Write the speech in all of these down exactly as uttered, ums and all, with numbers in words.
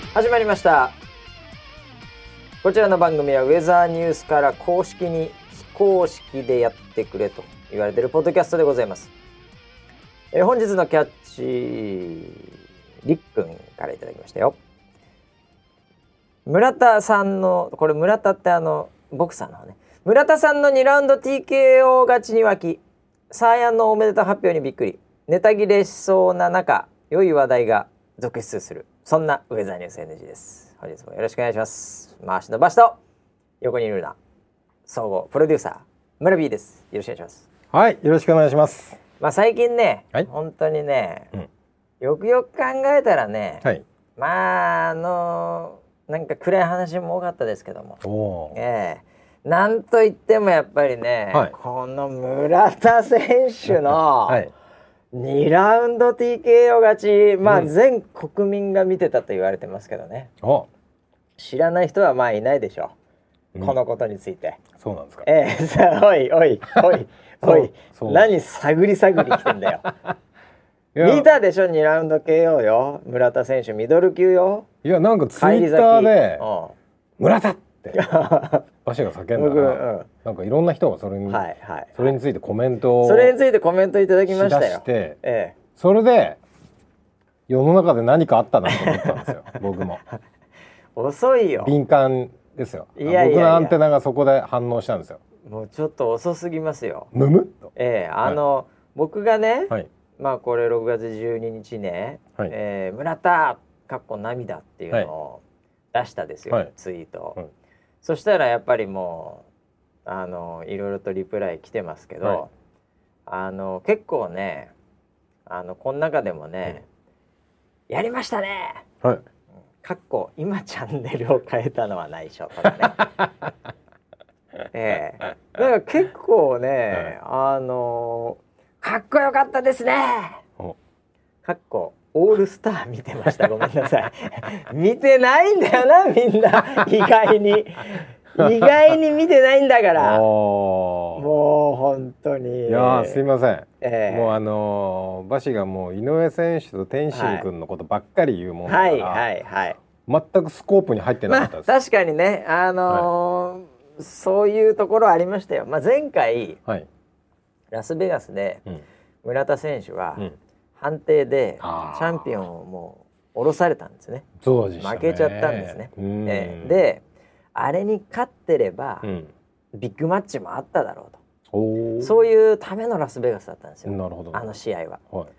始まりました。こちらの番組はウェザーニュースから公式に非公式でやってくれと言われているポッドキャストでございます。えー、本日のキャッチりっくんからいただきましたよ。村田さんのこれ村田ってあのボクサーの方ね。村田さんのにラウンド ティーケーオー 勝ちに沸き、サーヤンのおめでとう発表にびっくり、ネタ切れしそうな中良い話題が続出する、そんなウェザーニュース エヌジー です。本日もよろしくお願いします。回しのバシと横にいるな総合プロデューサー村 B です。よろしくお願いします。 はい、よろしくお願いします。 まあ最近ね、 はい、 本当にね、 うん、 よくよく考えたらね、 はい、 まああのなんか暗い話も多かったですけども、 おええー、なんといってもやっぱりね、はい、この村田選手の、はい、にラウンド ティーケーオー 勝ち、まあ全国民が見てたと言われてますけどね、うん、知らない人はまあいないでしょう、うん、このことについて。 そうなんですか。 ええー、さあおいおいおいおい何探り探り来てんだよ見たでしょにラウンド ケーオー よ、村田選手ミドル級よ。 いやなんかツイッターで、うん、村田ってバシが叫んだら、うん、なんかいろんな人がそれに、はいはい、それについてコメントをそれについてコメントいただきましたよ。 して、 ええ、 それで世の中で何かあったなと思ったんですよ僕も遅いよ、 敏感ですよ。 いやいやいや、 僕のアンテナがそこで反応したんですよ。 もうちょっと遅すぎますよ。 むむっと、 ええ、あの、はい、僕がね、はい、まあこれろくがつじゅうににちね、はい、えー、村田かっこ涙っていうのを出したですよ、はい、ツイート、はい、そしたらやっぱりもうあのいろいろとリプライ来てますけど、はい、あの結構ね、あのこの中でもね、うん、やりましたね、はい、かっこ今チャンネルを変えたのは内緒とかねええ、だから結構ね、はい、あのかっこよかったですね、かっこオールスター見てました。ごめんなさい見てないんだよなみんな意外に意外に見てないんだからもう本当に。 いやすいません、えー、もうあのー、バシがもう井上選手と天心君のことばっかり言うもんだから、はいはいはい、全くスコープに入ってなかったです、 まあ、確かにね、あのーはい、そういうところありましたよ。まあ、前回、はい、ラスベガスで村田選手は、うん、判定でチャンピオンをもう下ろされたんですね。 そうでしたね、 負けちゃったんですね。えー、であれに勝ってれば、うん、ビッグマッチもあっただろうと、そういうためのラスベガスだったんですよ。 なるほど、 あの試合は、 はい、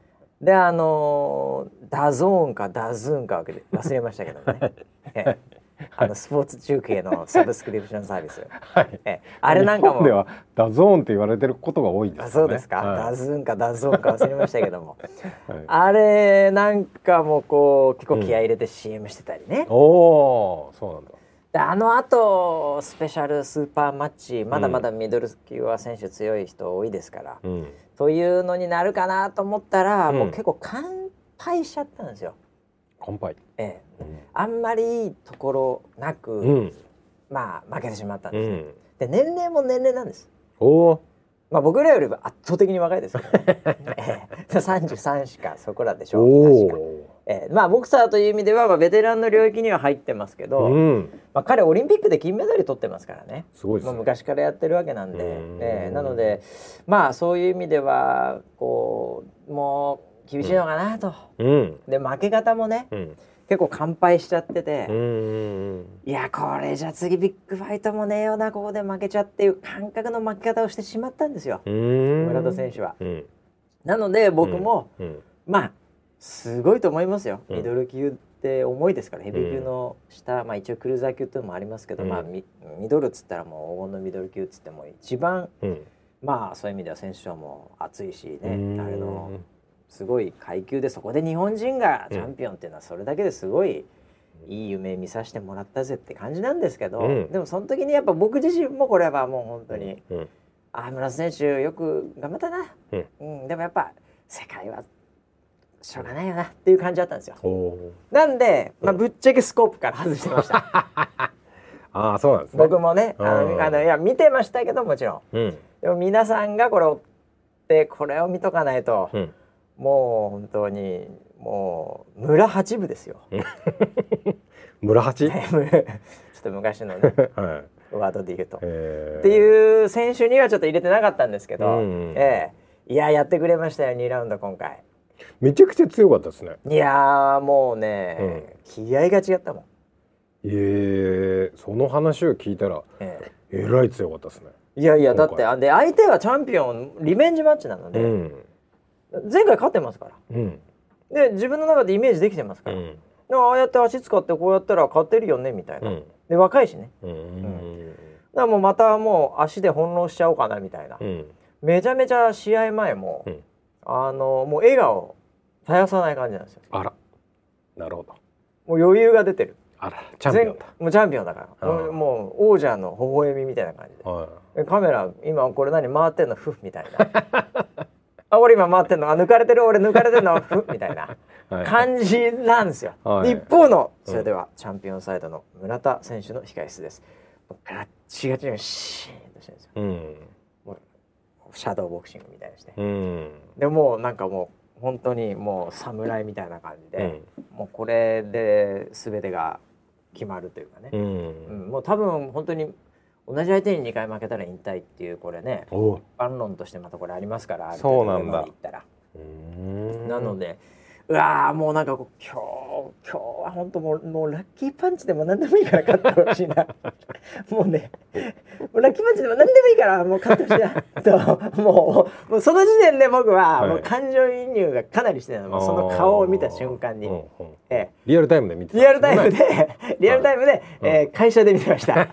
であのー、ダゾーンかダズーンかわけで忘れましたけどねえーあのスポーツ中継のサブスクリプションサービス、はい、えあれなんかも日本ではダゾーンって言われてることが多いですね。 あ、そうですか、はい、ダズーンかダゾーンか忘れましたけども、はい、あれなんかもこう結構気合い入れて シーエム してたりね、 うん、おー、そうなんだ。 であのあとスペシャルスーパーマッチ、まだまだミドル級は選手強い人多いですから、うん、というのになるかなと思ったら、うん、もう結構完敗しちゃったんですよ。 完敗、 ええ、うん、あんまりいいところなく、うん、まあ負けてしまったんです、ね、うん、で年齢も年齢なんです。 おー、 まあ、僕らよりは圧倒的に若いですけど、ねえー、さんじゅうさんしかそこらでしょう。確か、えー、まあボクサーという意味では、まあ、ベテランの領域には入ってますけど、うん、まあ、彼オリンピックで金メダル取ってますからね。 すごいですね。 まあ、昔からやってるわけなんで、えー、なのでまあそういう意味ではこうもう厳しいのかなと、うん、で負け方もね、うん、結構完敗しちゃってて、うんうんうん、いやこれじゃ次ビッグファイトもねえよな、ここで負けちゃっていう感覚の負け方をしてしまったんですよ、村田選手は、うん、なので僕も、うんうん、まあすごいと思いますよ、ミドル級って重いですから、ヘビー級の下、まあ、一応クルーザー級っていうのもありますけど、うん、まあ、ミ, ミドルっつったらもう黄金のミドル級っつっても一番、うん、まあそういう意味では選手層も厚いしね、あれのすごい階級で、そこで日本人がチャンピオンっていうのはそれだけですごいいい夢見させてもらったぜって感じなんですけど、うん、でもその時にやっぱ僕自身もこれはもう本当に、うん、あ村田選手よく頑張ったな、うんうん、でもやっぱ世界はしょうがないよなっていう感じだったんですよ。なんで、まあ、ぶっちゃけスコープから外してましたああそうなんですね。 僕もね、あのあのいや見てましたけどもちろん、うん、でも皆さんがこれを追ってこれを見とかないと、うん、もう本当にもう村八部ですよ村八ちょっと昔のね、はい、ワードで言うと、えー、っていう選手にはちょっと入れてなかったんですけど、うん、えー、いややってくれましたよにラウンド今回。 めちゃくちゃ強かったですね。 いやもうね、うん、気合が違ったもん。 えー、その話を聞いたら、えー、えらい強かったですね。 いやいやだってで相手はチャンピオンリベンジマッチなので、うん、前回勝ってますから、うん、で自分の中でイメージできてますから、うん、ああやって足使ってこうやったら勝てるよねみたいな、うん、で若いしね、うんうん、だからもうまたもう足で翻弄しちゃおうかなみたいな、うん、めちゃめちゃ試合前も、うん、あのもう笑顔絶やさない感じなんですよ。 あら、なるほど。 もう余裕が出てる。 あら、チャンピオンだ。 もうチャンピオンだから、もう、もう王者の微笑みみたいな感じで、はい、カメラ今これ何回ってんのふみたいなあ俺今回ってんのあ抜かれてる俺抜かれてんのふみたいな感じなんですよ、はい、一方のそれでは、うん、チャンピオンサイドの村田選手の控室です。ガッチガチにシーンとしてるんですよ、うん、もうシャドーボクシングみたいにして、うん、でもうなんかもう本当にもう侍みたいな感じで、うん、もうこれで全てが決まるというかね、うんうん、もう多分本当に同じ相手ににかい負けたら引退っていうこれね一般論としてまたこれありますから、 そうなんだ。 うーんなのでうわーもうなんか今日今日は本当もう、もうラッキーパンチでも何でもいいから勝ってほしいなもうねもうラッキーパンチでも何でもいいからもう勝ってほしいなともう、もうその時点で僕はもう感情移入がかなりしてたの、はい、その顔を見た瞬間に、うんうんええ、リアルタイムで見てた、 ね、リアルタイムでリアルタイムで、はいえー、会社で見てました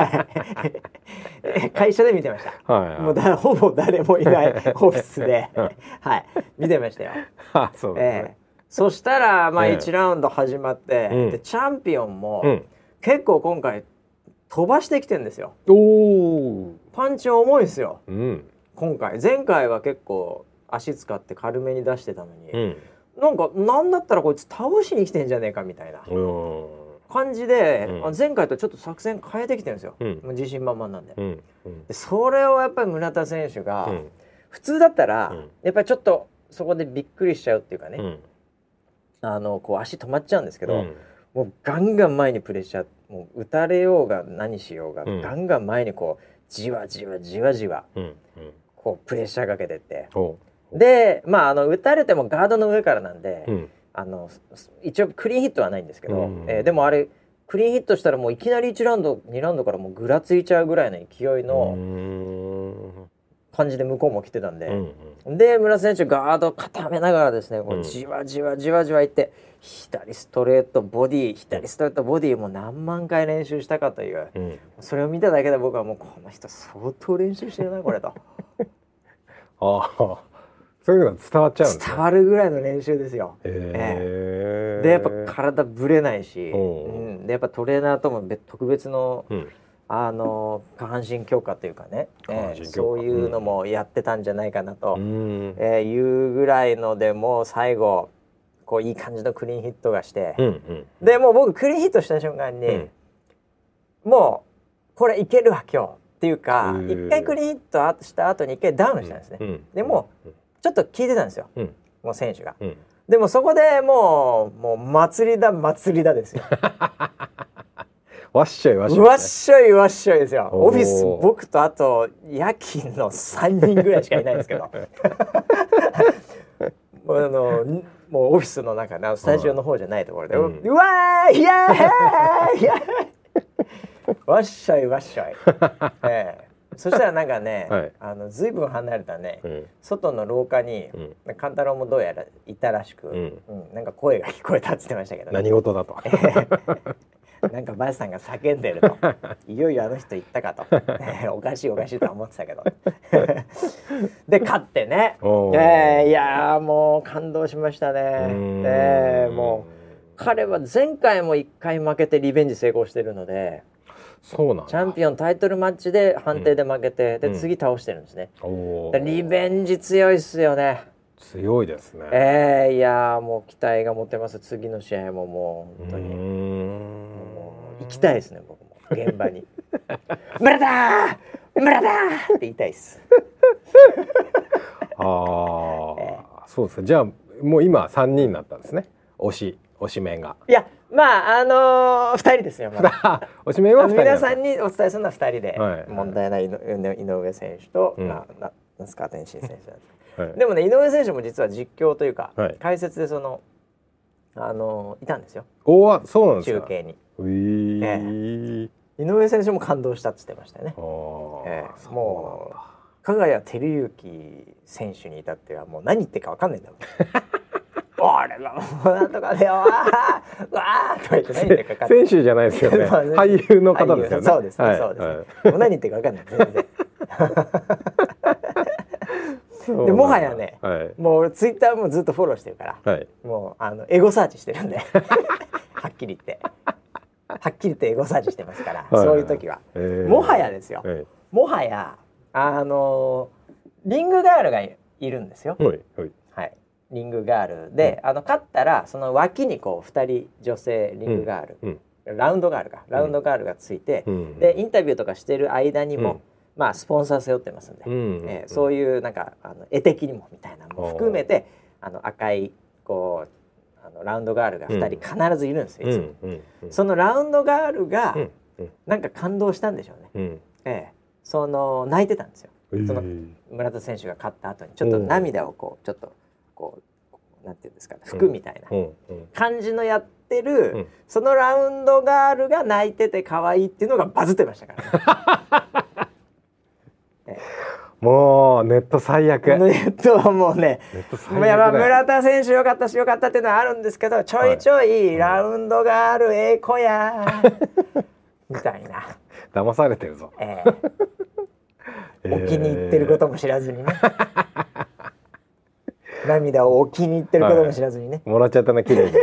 会社で見てました、はいはい、もうだほぼ誰もいないオフィスで、はい、見てましたよあそうですね、 えーそしたらまあいちラウンド始まって、うん、でチャンピオンも、うん、結構今回飛ばしてきてるんですよ。おパンチ重いですよ、うん、今回前回は結構足使って軽めに出してたのに、うん、なんかなんだったらこいつ倒しに来てんじゃねえかみたいな感じで、うん、前回とちょっと作戦変えてきてるんですよ、うん、自信満々なんで、うんうん、でそれをやっぱり村田選手が、うん、普通だったら、うん、やっぱりちょっとそこでびっくりしちゃうっていうかね、うんあのこう足止まっちゃうんですけど、うん、もうガンガン前にプレッシャーもう打たれようが何しようが、うん、ガンガン前にこうじわじわじわじわ、うんうん、こうプレッシャーかけてって、うん、でまああの打たれてもガードの上からなんで、うん、あの一応クリーンヒットはないんですけど、うんえー、でもあれクリーンヒットしたらもういきなりいちラウンドにラウンドからもうぐらついちゃうぐらいの勢いの感じで向こうも来てたんで、うんうん、で村瀬選手ガード固めながらですね、こうじわじわじわじわいって左ストレートボディ左ストレートボディも何万回練習したかという、うん、それを見ただけで僕はもうこの人相当練習してるなこれとああそういうのが伝わっちゃうんですね。 伝わるぐらいの練習ですよ、えー、でやっぱ体ぶれないし、うん、でやっぱトレーナーとも特別の、うんあの下半身強化というかね、えー、そういうのもやってたんじゃないかなと、うんえー、いうぐらいのでもう最後こういい感じのクリーンヒットがして、うんうん、でもう僕クリーンヒットした瞬間に、うん、もうこれいけるわ今日っていうか一回クリーンヒットした後に一回ダウンしたんですね、うんうん、でもうちょっと効いてたんですよ、うん、もう選手が、うん、でもそこでもうもう祭りだ祭りだですよわっしょいわっしょい、 ね、わっしょいわっしょいですよ。オフィス僕とあと夜勤のさんにんぐらいしかいないんですけどもうあのもうオフィスの中のスタジオの方じゃないところで、うん、うわーいやーいやーわっしょいわっしょい、えー、そしたらなんかね、はい、あのずいぶん離れたね、うん、外の廊下に、うん、勘太郎もどうやらいたらしく、うんうん、なんか声が聞こえたって言ってましたけど、ね、 何事だとなんかバシさんが叫んでるといよいよあの人行ったかとおかしいおかしいとは思ってたけどで勝ってね、えー、いやもう感動しましたね、えー、もう彼は前回もいっかい負けてリベンジ成功してるので、 そうなんだ、 チャンピオンタイトルマッチで判定で負けて、うん、で次倒してるんですね、うん、リベンジ強いっすよね。 強いですね。 えー、いやもう期待が持てます。次の試合ももう本当にもう行きたいですね僕も現場に村田村田って言いたいですあ、 えー、そうですね。じゃあもう今さんにんになったんですね。推し推しメンが。 いやまああのー、ふたりですよ、まだ推しメンはふたり。 皆さんにお伝えするのはふたりで、はい、問題ない井上選手と、うん、なな那須川天心選手だった、はい、でもね井上選手も実は実況というか、はい、解説でそのあのー、いたんですよ。 おー、そうなんですか。 中継に、 えーえー、井上選手も感動したって言ってましたよね。えー、もう加賀谷照之選手に至ってはもう何言ってるか分かんないんだもん。俺はもうなんとかでよわーわーとか言って何言ってるか分かんない。 選手じゃないですよね。俳優の方ですよね。 そうですね、はい、そうですね、はい、もう何言ってるか分かんない全然。でもはやね、はい、もうツイッターもずっとフォローしてるから、はい、もうあのエゴサーチしてるんではっきり言ってはっきり言ってエゴサーチしてますから、はい、そういう時は、えー、もはやですよ、はい、もはやあのリングガールがいるんですよ。はいはいはい、リングガールで、うん、あの勝ったらその脇にこうふたり女性リングガール、うんうん、ラウンドガールがラウンドガールがついて、うん、でインタビューとかしてる間にも、うん、まあスポンサー背負ってますんで、うんえー、そういうなんかあの絵的にもみたいなのも含めてあの赤いこうあのラウンドガールがふたり必ずいるんですよ、いつも、うんうんうん、そのラウンドガールが、うんうん、なんか感動したんでしょうね、うんえーその泣いてたんですよ、えー、その村田選手が勝った後にちょっと涙をこうちょっとこうなんていうんですかね、服みたいな感じのやってる、うん、そのラウンドガールが泣いてて可愛いっていうのがバズってましたからね。えー、もうネット最悪。 ネットはもうね、いやまあ村田選手よかったしよかったっていうのはあるんですけど、ちょいちょい、はい、ラウンドガールええ子やみたいな。 騙されてるぞ。えーお気に入ってることも知らずにね涙をお気に入ってることも知らずにね、 はい、もらっちゃったな綺麗に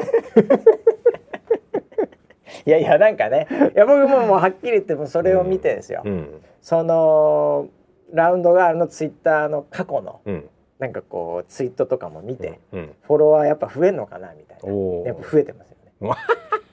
いやいやなんかね、いや僕ももうはっきり言ってもそれを見てですよ、うんうん、そのラウンドガールのツイッターの過去の、うん、なんかこうツイートとかも見て、うんうん、フォロワーやっぱ増えんのかなみたいな、やっぱ増えてますよね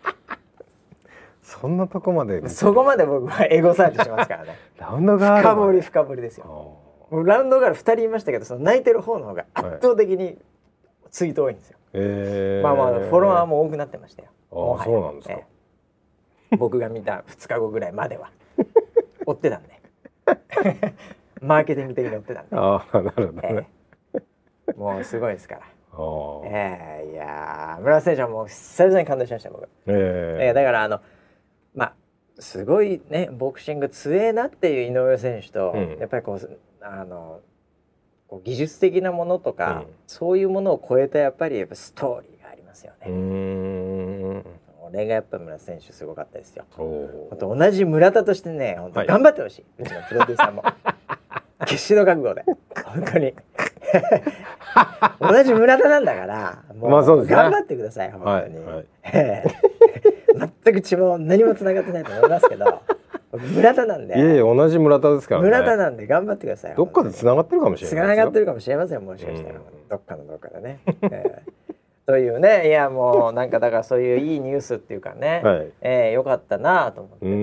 そんなとこまでそこまで僕はエゴサーチしますからねラウンドガール深掘り深掘りですよ。もうラウンドガールふたりいましたけど、その泣いてる方の方が圧倒的にツイート多いんですよ、はい、まあまあフォロワーも多くなってましたよ。 ああそうなんですか、ええ、僕が見たふつかごぐらいまでは追ってたんでマーケティング的に追ってたんで、 ああなるほどね、 ええ、もうすごいですから。えー、いや村田選手はもう久々に感動しました僕、えーえー、だからあのまあすごいねボクシング強えなっていう井上選手と、うん、やっぱりこうあのこう技術的なものとか、うん、そういうものを超えたやっぱりやっぱストーリーがありますよね。うーん、俺がやっぱ村田選手すごかったですよ。本当同じ村田としてね本当頑張ってほしい、はい、うちのプロデューサーも決死の覚悟で本当に同じ村田なんだからもう、まあそうですね、頑張ってください本当に、はいはい、全く血も何もつながってないと思いますけど村田なんで、 いやいや同じ村田ですからね。 村田なんで頑張ってください。 どっかでつながってるかもしれないですよ。 つながってるかもしれませんもしかしたら、うん、どっかのどっかでね、えー、というね、いやもうなんかだからそういういいニュースっていうかね、はい、えー、よかったなと思って、うん、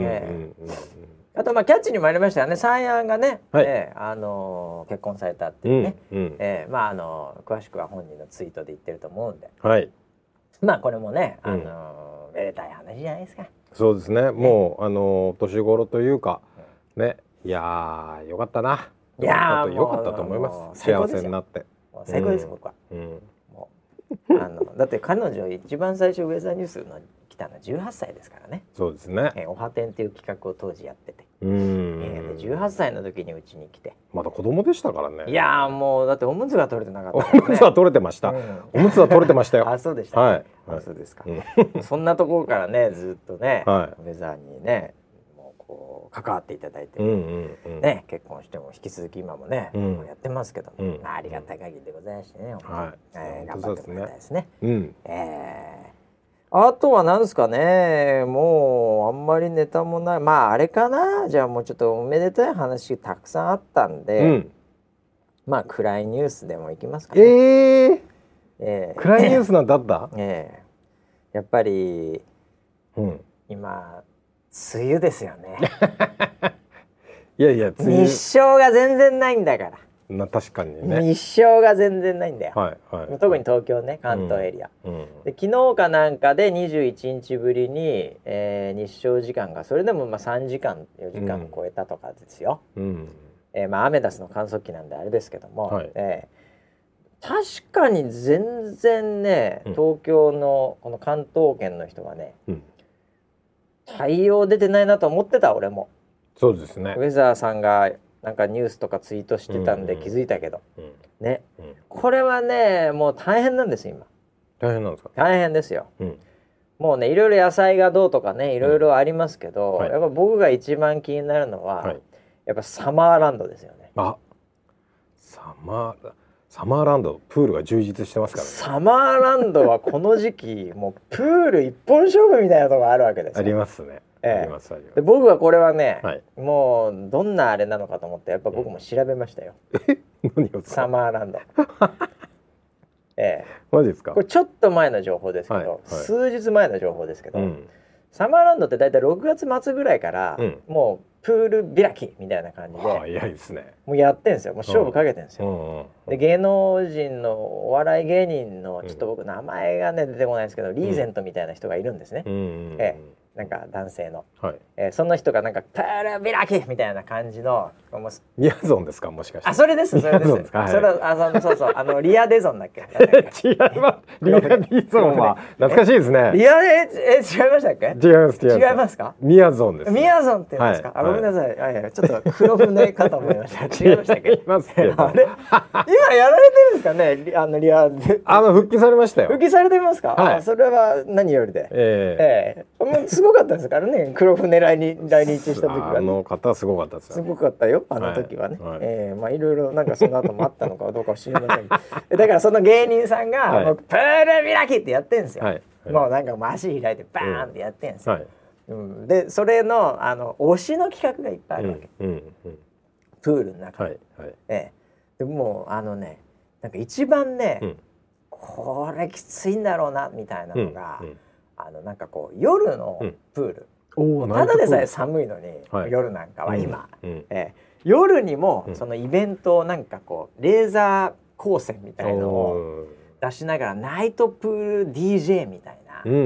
えー、あとまあキャッチにもありましたよね、サイアンがね、はい、えー、あのー、結婚されたっていうね、うんうん、えー、まああのー、詳しくは本人のツイートで言ってると思うんで、はい、まあこれもね、あのー、めでたい話じゃないですか。 そうですね、もう、ね、あの年頃というか、うん、ね、いやーよかったな、いやーよかったと思います。幸せになって最高です、うん、僕は、うん、もうあのだって彼女一番最初ウェザーニュースの来たのはじゅうはっさいですからね。 そうですね、 えー、おはてんっていう企画を当時やってて、うん、えー、でじゅうはっさいの時にうちに来てまだ子供でしたからね。 いやーもうだっておむつが取れてなかったから、 ね、おむつは取れてました、うん、おむつは取れてましたよあそうでした、ね、はい、あそうですか、うん、そんなところからねずっとね、はい、ウェザーにねもうこう関わっていただいて、うんうんうん、ね、結婚しても引き続き今もね、うん、やってますけども、うん、ありがたい限りでございましてね、はい、えー、頑張ってもらいたいですね。うん、えーあとは何ですかね、もうあんまりネタもない、まああれかな、じゃあもうちょっとおめでたい話たくさんあったんで、うん、まあ暗いニュースでもいきますかね。 えーえー、暗いニュースなんてあった、 えー、やっぱり、うん、今梅雨ですよね。 いやいや梅雨、 日照が全然ないんだから。 な確かにね。 日照が全然ないんだよ、 はいはい、 特に東京ね、関東エリア、うんうん、で昨日かなんかでにじゅういちにちぶりに、えー、日照時間がそれでもまあさんじかんよじかん超えたとかですよ、うん、えーまあ、アメダスの観測機なんであれですけども、はい、えー、確かに全然ね、東京のこの関東圏の人はね、うん、太陽出てないなと思ってた俺も。 そうですね。 ウェザーさんがなんかニュースとかツイートしてたんで気づいたけど、うんうん、ね、うん、これはねもう大変なんです今。 大変なんですか？ 大変ですよ、うん、もうねいろいろ野菜がどうとかねいろいろありますけど、うん、はい、やっぱ僕が一番気になるのは、はい、やっぱサマーランドですよね。 あ、サマーサマーランドプールが充実してますからね。 サマーランドはこの時期もうプール一本勝負みたいなところあるわけですよ。 ありますね。ええ、ありますあります。 で僕はこれはね、はい、もうどんなあれなのかと思ってやっぱ僕も調べましたよ。 え、何をサマーランド。ええ、 マジですか？ これちょっと前の情報ですけど、はいはい、数日前の情報ですけど、うん、サマーランドってだいたいろくがつ末ぐらいから、うん、もうプール開きみたいな感じで、 早いですね。 もうやってんですよ。もう勝負かけてんですよ。うんうん、で芸能人のお笑い芸人のちょっと僕名前がね出てこないですけど、リーゼントみたいな人がいるんですね。うんうんうん、ええ、なんか男性の、はい、えー、その人がなんかプール開きみたいな感じのミヤゾンですか、もしかして。 あ、それですそれです。はい、それあそそうそうあのリアデゾンだっけ？ 違います。リアデゾンは懐かしいですね。 リアええ違いましたっけ？ 違います違います。 違いますか？ ミヤゾンです、ね。 ミヤゾンって言うんですか？はい、あ、ごめんなさい。はいはい、ちょっと黒船かと思いました。違いましたっけ？ 違いますけど。 あれ今やられてるんですかね？あのリアで。 あの復帰されましたよ。 復帰されてますか？ はい、 あ、それは何よりで。ええええ、もうすごかったですからね。黒船来日来日した時は、ね、 あの方すごかったですよ。 すごかったよあの時はね。はいはい、えー、まあいろいろなんかその後もあったのかどうかは知りませんけどだからその芸人さんが、はい、もうプール開きってやってんですよ。はいはい、もうなんかもう足開いてバーンってやってんですよ。はい、うん、でそれのあの推しの企画がいっぱいあるわけ、うんうんうん、プールの中で、はいはい、えー、でもうあのねなんか一番ね、うん、これきついんだろうなみたいなのが、うんうん、あのなんかこう夜のプール、うん、ただでさえ寒いのに、はい、夜なんかは今、うんうん、えー夜にもそのイベントをなんかこうレーザー光線みたいのを出しながらナイトプール ディージェー みたいな、うんうん、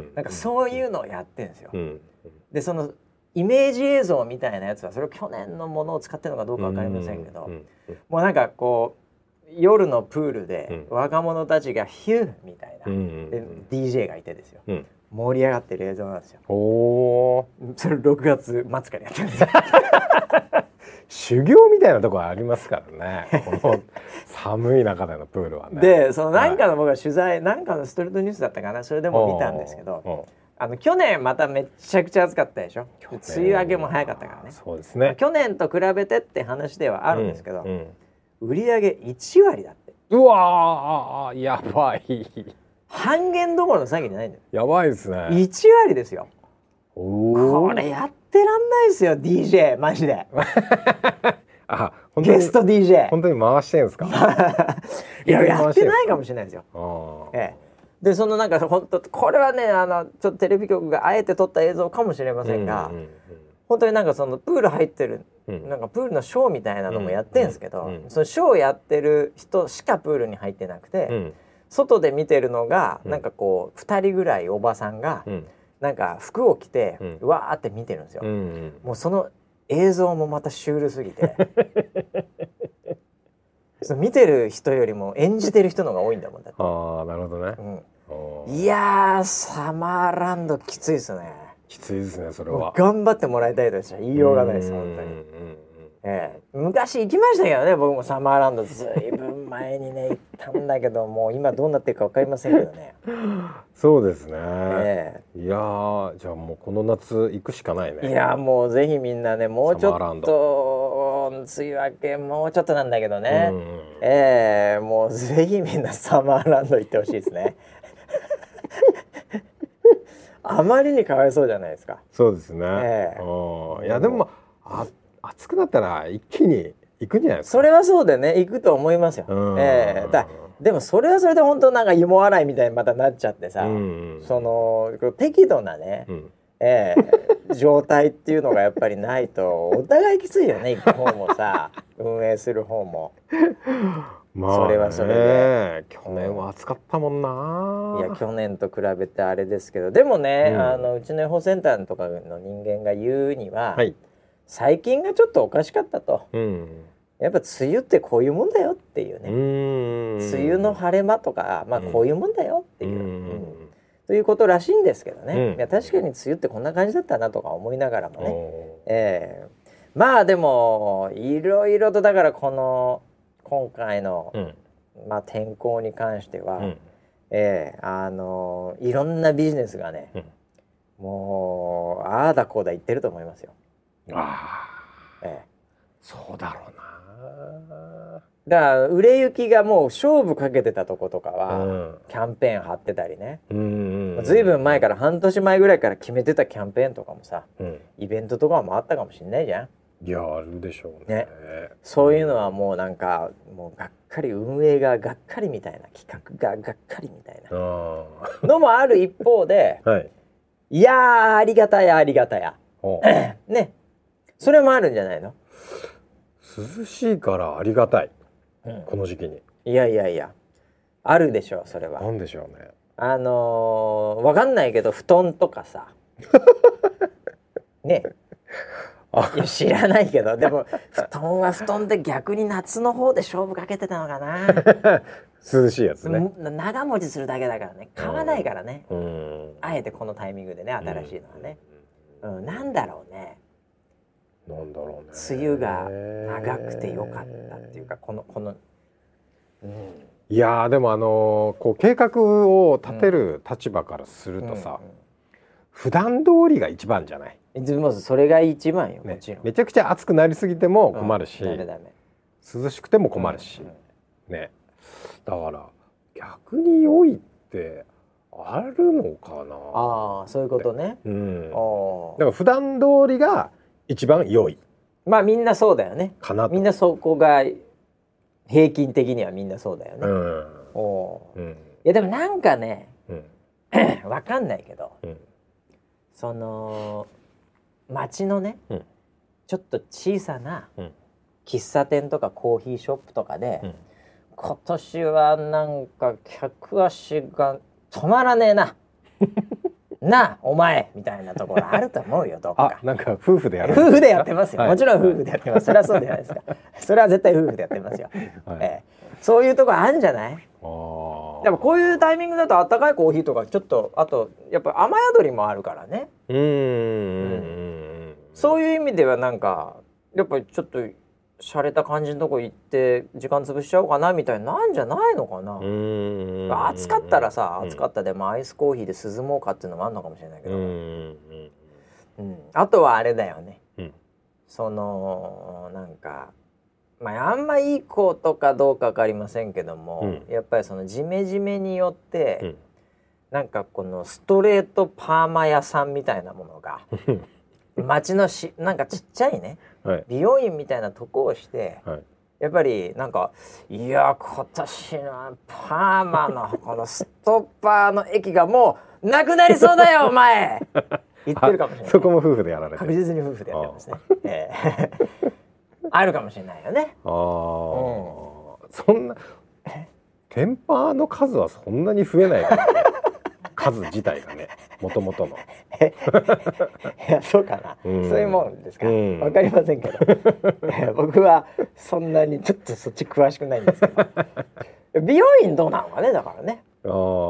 なんかそういうのをやってるんですよ。うん、でそのイメージ映像みたいなやつはそれを去年のものを使ってるのかどうか分かりませんけど、うんうん、もうなんかこう夜のプールで若者たちがヒューみたいな、うん、で ディージェー がいてですよ、うん、盛り上がってる映像なんですよ。おそれろくがつ末からやってるんですよ。 修行みたいなところありますからね。この寒い中でのプールはね。でそのなんかの僕は取材、はい、なんかのストリートニュースだったかな、それでも見たんですけど、あの去年まためちゃくちゃ暑かったでしょ。梅雨明けも早かったからね。 そうですね、 去年と比べてって話ではあるんですけど、うんうん、売り上げいちわりだって。 うわーやばい。 半減どころの詐欺じゃないんだよ。 やばいですね。 いちわりですよ。これやってらんないですよ ディージェー マジで。あ、本当にゲスト ディージェー本当に回してるんですか？ いややってないかもしれないですよ。ええ、でそのなんか本当これはねあのちょっとテレビ局があえて撮った映像かもしれませんが、うんうんうん、本当になんかそのプール入ってる、うん、なんかプールのショーみたいなのもやってるんですけど、うんうんうん、そのショーやってる人しかプールに入ってなくて、うん、外で見てるのが、うん、なんかこうふたりぐらいおばさんが、うん、なんか服を着て、うん、うわーって見てるんですよ、うんうん、もうその映像もまたシュールすぎてその見てる人よりも演じてる人の方が多いんだもんだって。 ああなるほどね、 うん、いやーサマーランドきついですね。 きついですねそれは。 頑張ってもらいたいとしか言いようがないです本当に。ええ、昔行きましたけどね僕もサマーランドずいぶん前にね行ったんだけどもう今どうなってるか分かりませんけどね。 そうですね、ええ、いやーじゃあもうこの夏行くしかないね。 いやもうぜひみんなねもうちょっと梅雨明けもうちょっとなんだけどね、うん、ええ、もうぜひみんなサマーランド行ってほしいですね。あまりにかわいそうじゃないですか。 そうですね、ええ、いやでもあ暑くなったら一気に行くんじゃないですか。 それはそうでね行くと思いますよ。えー、だでもそれはそれで本当なんか芋洗いみたいにまたなっちゃってさ、うんうん、その適度なね、うん、えー、状態っていうのがやっぱりないとお互いきついよね行く方もさ。 運営する方もまあ、それはそれで去年は暑かったもんな。 いや去年と比べてあれですけど、でもね、うん、あのうちの予報センターとかの人間が言うには、はい、最近がちょっとおかしかったと、うん、やっぱ梅雨ってこういうもんだよっていうね、う梅雨の晴れ間とか、まあ、こういうもんだよっていう、うんうん、ということらしいんですけどね、うん、いや確かに梅雨ってこんな感じだったなとか思いながらもね、えー、まあでもいろいろとだからこの今回の、うんまあ、天候に関しては、うんえー、あのいろんなビジネスがね、うん、もうああだこうだ言ってると思いますよ。 ああ、ええ、そうだろうな。 だから売れ行きがもう勝負かけてたとことかは、うん、キャンペーン張ってたりね、うんうんうん、ずいぶん前から半年前ぐらいから決めてたキャンペーンとかもさ、うん、イベントとかもあったかもしれないじゃん。 いやあるでしょう ね, ねそういうのはもうなんかもうがっかり運営ががっかりみたいな企画ががっかりみたいなのもある一方で、はい、いやーありがたやありがたやね、それもあるんじゃないの。 涼しいからありがたい、うん、この時期に。 いやいやいやあるでしょうそれは。 なんでしょうね。 あのー、わかんないけど布団とかさねいや知らないけどでも布団は布団で逆に夏の方で勝負かけてたのかな涼しいやつね。 長持ちするだけだからね、買わないからね、うん、あえてこのタイミングでね新しいのはね、うんうん、なんだろうねなんだろうね梅雨が長くてよかったっていうかこのこの、 うん、いやでもあのー、こう計画を立てる立場からするとさ、うんうんうん、普段通りが一番じゃない。 まずそれが一番よ、ね、もちろん。 めちゃくちゃ暑くなりすぎても困るし、うん、ダメダメ涼しくても困るし、うんうん、ね。だから逆に良いってあるのかな。 ああそういうことね。うん。 だから普段通りが一番良い。 まあみんなそうだよね。かなと。みんなそこが平均的にはみんなそうだよね。うん。おうん、いやでもなんかね、うん、わかんないけど、うん、その街のね、うん、ちょっと小さな喫茶店とかコーヒーショップとかで、うん、今年はなんか客足が止まらねえななあお前みたいなところあると思うよどっか。 あなんか夫婦でやる夫婦でやってますよ、はい、もちろん夫婦でやってます、それはそうじゃないですかそれは絶対夫婦でやってますよ、はいえー、そういうとこあるんじゃない。あでもこういうタイミングだとあったかいコーヒーとかちょっとあとやっぱ雨宿りもあるからね。うんうんうんそういう意味ではなんかやっぱりちょっと洒落た感じのとこ行って時間潰しちゃおうかなみたいなんじゃないのかな。うん暑かったらさ暑かったでもアイスコーヒーで涼もうかっていうのもあるのかもしれないけど、うんうん、あとはあれだよね、うん、そのなんかまああんまいいことかどうか分かりませんけども、うん、やっぱりそのジメジメによって、うん、なんかこのストレートパーマ屋さんみたいなものが街のしなんかちっちゃいね、はい、美容院みたいなとこをして、はい、やっぱりなんかいや今年のパーマのこのストッパーの液がもうなくなりそうだよお前言ってるかもしれない。 そこも夫婦でやられて確実に夫婦でやってますね。あ, えー、あるかもしれないよね。あ、うん、 そんなテンパーの数はそんなに増えないからね数自体がねもともとのいやそうかな、うん、そういうもんですか、うん、分かりませんけど僕はそんなにちょっとそっち詳しくないんですけど美容院どうなのかねだからね。あ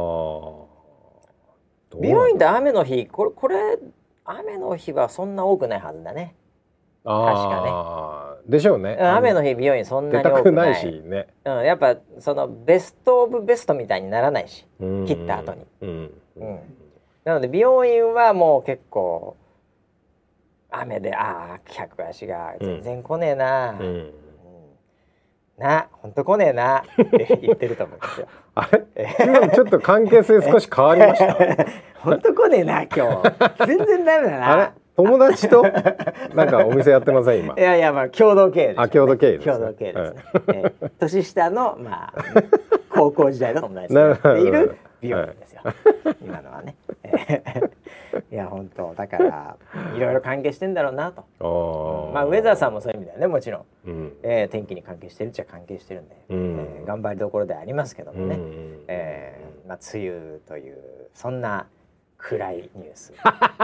美容院って雨の日これ、これ雨の日はそんな多くないはずだね。あ確かねでしょうね。 雨の日美容院そんなに多くない、出たくないしね、うん、やっぱそのベストオブベストみたいにならないし切った後に、うんうん、なので美容院はもう結構雨でああ客足が全然来ねえな、うんうん、なほんと来ねえなって言ってると思うんですよあれ今ちょっと関係性少し変わりましたほんと来ねえな今日全然ダメだなあれ友達となんかお店やってません今。 いやいやまあ共同経営です、ね。 あ共同経営です、ね。 共同経営ですね。はいえー、年下のまあ高校時代の友達でいる美容院ですよ。はい、今のはね。いや本当だからいろいろ関係してんだろうなと。うん、まあウェザーさんもそういう意味だよねもちろん。うん、 えー、天気に関係してるっちゃ関係してるんで、うん、えー、頑張りどころではありますけどもね、うん、えーまあ、梅雨というそんな暗いニュース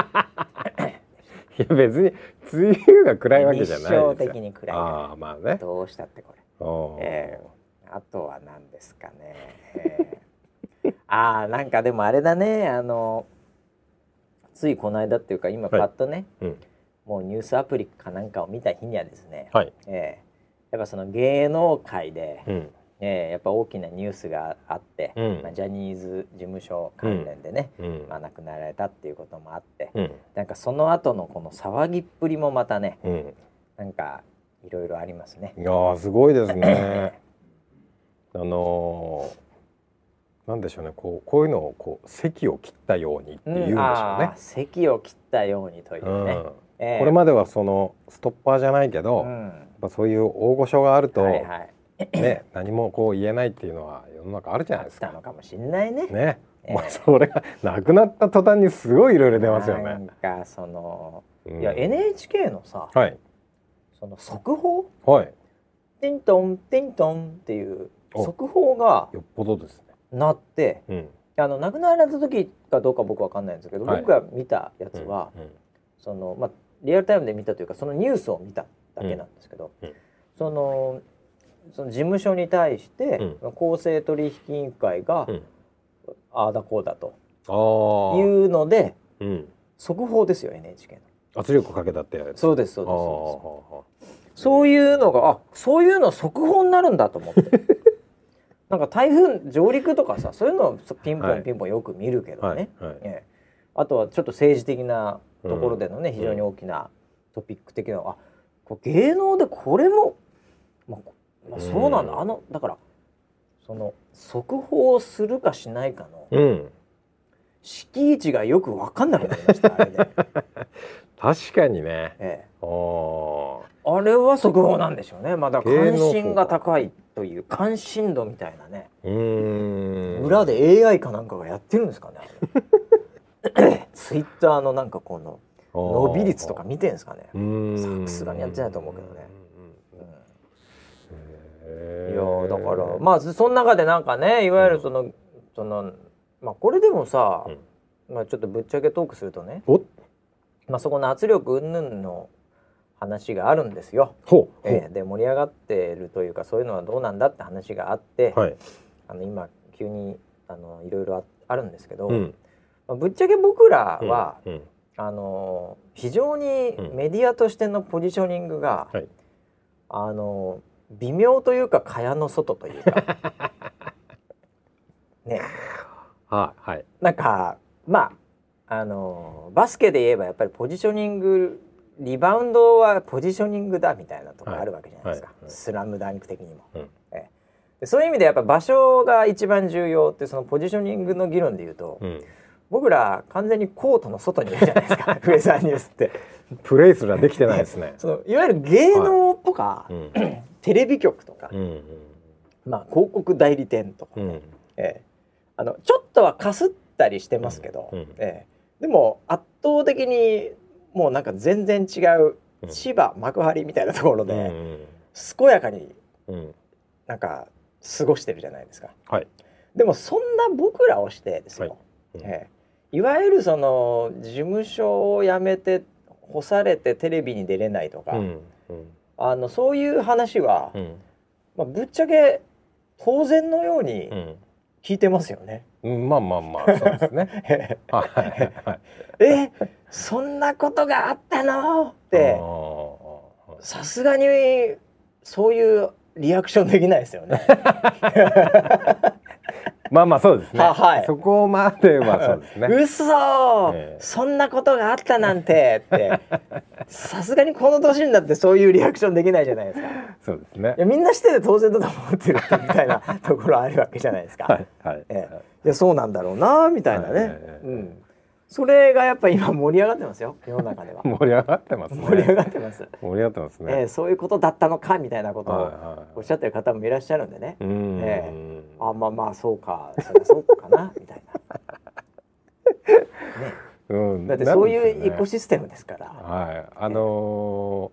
いや別に梅雨が暗いわけじゃないですよ。 日常的に暗い。 あ、まあね、 どうしたってこれ、えー、あとは何ですかね、えー、あーなんかでもあれだね、あのついこの間っていうか今パッとね、はい、うん、もうニュースアプリかなんかを見た日にはですね、はい、えー、やっぱその芸能界で、うん、えー、やっぱ大きなニュースがあって、うん、まあ、ジャニーズ事務所関連でね、うん、まあ、亡くなられたっていうこともあって、うん、なんかその後のこの騒ぎっぷりもまたね、うん、なんかいろいろありますね。 いやーすごいですねあのー、なんでしょうね、こう、こういうのをこう席を切ったようにっていうんでしょうね、うん、あ席を切ったようにというね、うん、 えー、これまではそのストッパーじゃないけど、うん、やっぱそういう大御所があると、はいはい、ね、何もこう言えないっていうのは世の中あるじゃないですか。 あったのかもしれないね。 ね、えー、まあそれがなくなった途端にすごいいろいろ出ますよね。 なんかその、うん、いや エヌエイチケー のさ、はい、その速報、はい、ティントンティントンっていう速報がよっぽどですね。 なって、うん、あの亡くなられた時かどうか僕わかんないんですけど、はい、僕が見たやつは、うんうん、そのまあリアルタイムで見たというかそのニュースを見ただけなんですけど、うんうん、そのその事務所に対して、うん、公正取引委員会が、うん、ああだこうだというので、うん、速報ですよ エヌエイチケー の圧力かけたってやつ。 そうですそうですそうです。そういうのが、あ、そういうの速報になるんだと思ってなんか台風上陸とかさ、そういうのをピンポンピンポンよく見るけどね、はいはいはい、あとはちょっと政治的なところでのね、うん、非常に大きなトピック的な、あ、こう芸能でこれも、まあまあ、そうなんだ、うん、あのだからその速報するかしないかの、うん、敷地がよく分かんなくなりましたあれで確かにね、ええ、 あ, あれは速報なんでしょうね。まだ関心が高いという関心度みたいなね、うーん、裏で エーアイ かなんかがやってるんですかねツイッターのなんかこの伸び率とか見てんですかね。さすがにやってないと思うけどね、うん、いやだからまあその中でなんかね、いわゆるその、うん、そのまあこれでもさ、うん、まあちょっとぶっちゃけトークするとね、お、まあそこの圧力云々の話があるんですよ。ほう、えー、で盛り上がってるというか、そういうのはどうなんだって話があって、はい、あの今急にあのいろいろ あ, あるんですけど、うん、まあ、ぶっちゃけ僕らは、うんうん、あの非常にメディアとしてのポジショニングが、うん、はい、あの微妙というか蚊帳の外というかね、ははい、なんかまああのバスケで言えばやっぱりポジショニング、リバウンドはポジショニングだみたいなところあるわけじゃないですか、はいはいはい、スラムダンク的にも、うん、えでそういう意味でやっぱ場所が一番重要って、そのポジショニングの議論でいうと、うん、僕ら完全にコートの外にいるじゃないですかウェザーニュースってプレイすらできてないですねそのいわゆる芸能とか、はい、うん、テレビ局とか、うんうん、まあ、広告代理店とか、ね、うん、えあのちょっとはかすったりしてますけど、うんうん、えでも圧倒的にもうなんか全然違う千葉幕張みたいなところで、うん、健やかになんか過ごしてるじゃないですか、はい、でもそんな僕らをしてですよ、はい、うん、えー、いわゆるその事務所を辞めて干されてテレビに出れないとか、うんうん、あのそういう話は、うん、まあ、ぶっちゃけ当然のように聞いてますよね、 うん、まあまあまあそうですねえ、そんなことがあったのってさすがにそういうリアクションできないですよねまあまあそうですね、はい、そこまではそうですね嘘、えー、そんなことがあったなんてってさすがにこの年になってそういうリアクションできないじゃないですか。 そうですね、 いやみんな知ってて当然だと思ってるみたいなところあるわけじゃないですかはい、はい、えー、いやそうなんだろうなみたいなね、はいはいはい、うん、それがやっぱ今盛り上がってますよ世の中では盛り上がってますね、 盛り上がってます盛り上がってますね、 えー、そういうことだったのかみたいなことをおっしゃってる方もいらっしゃるんでね、はいはい、えー、あまあまあそうかそりゃそうかなみたいなね、うん、だってそういうエコシステムですから、 はい、あの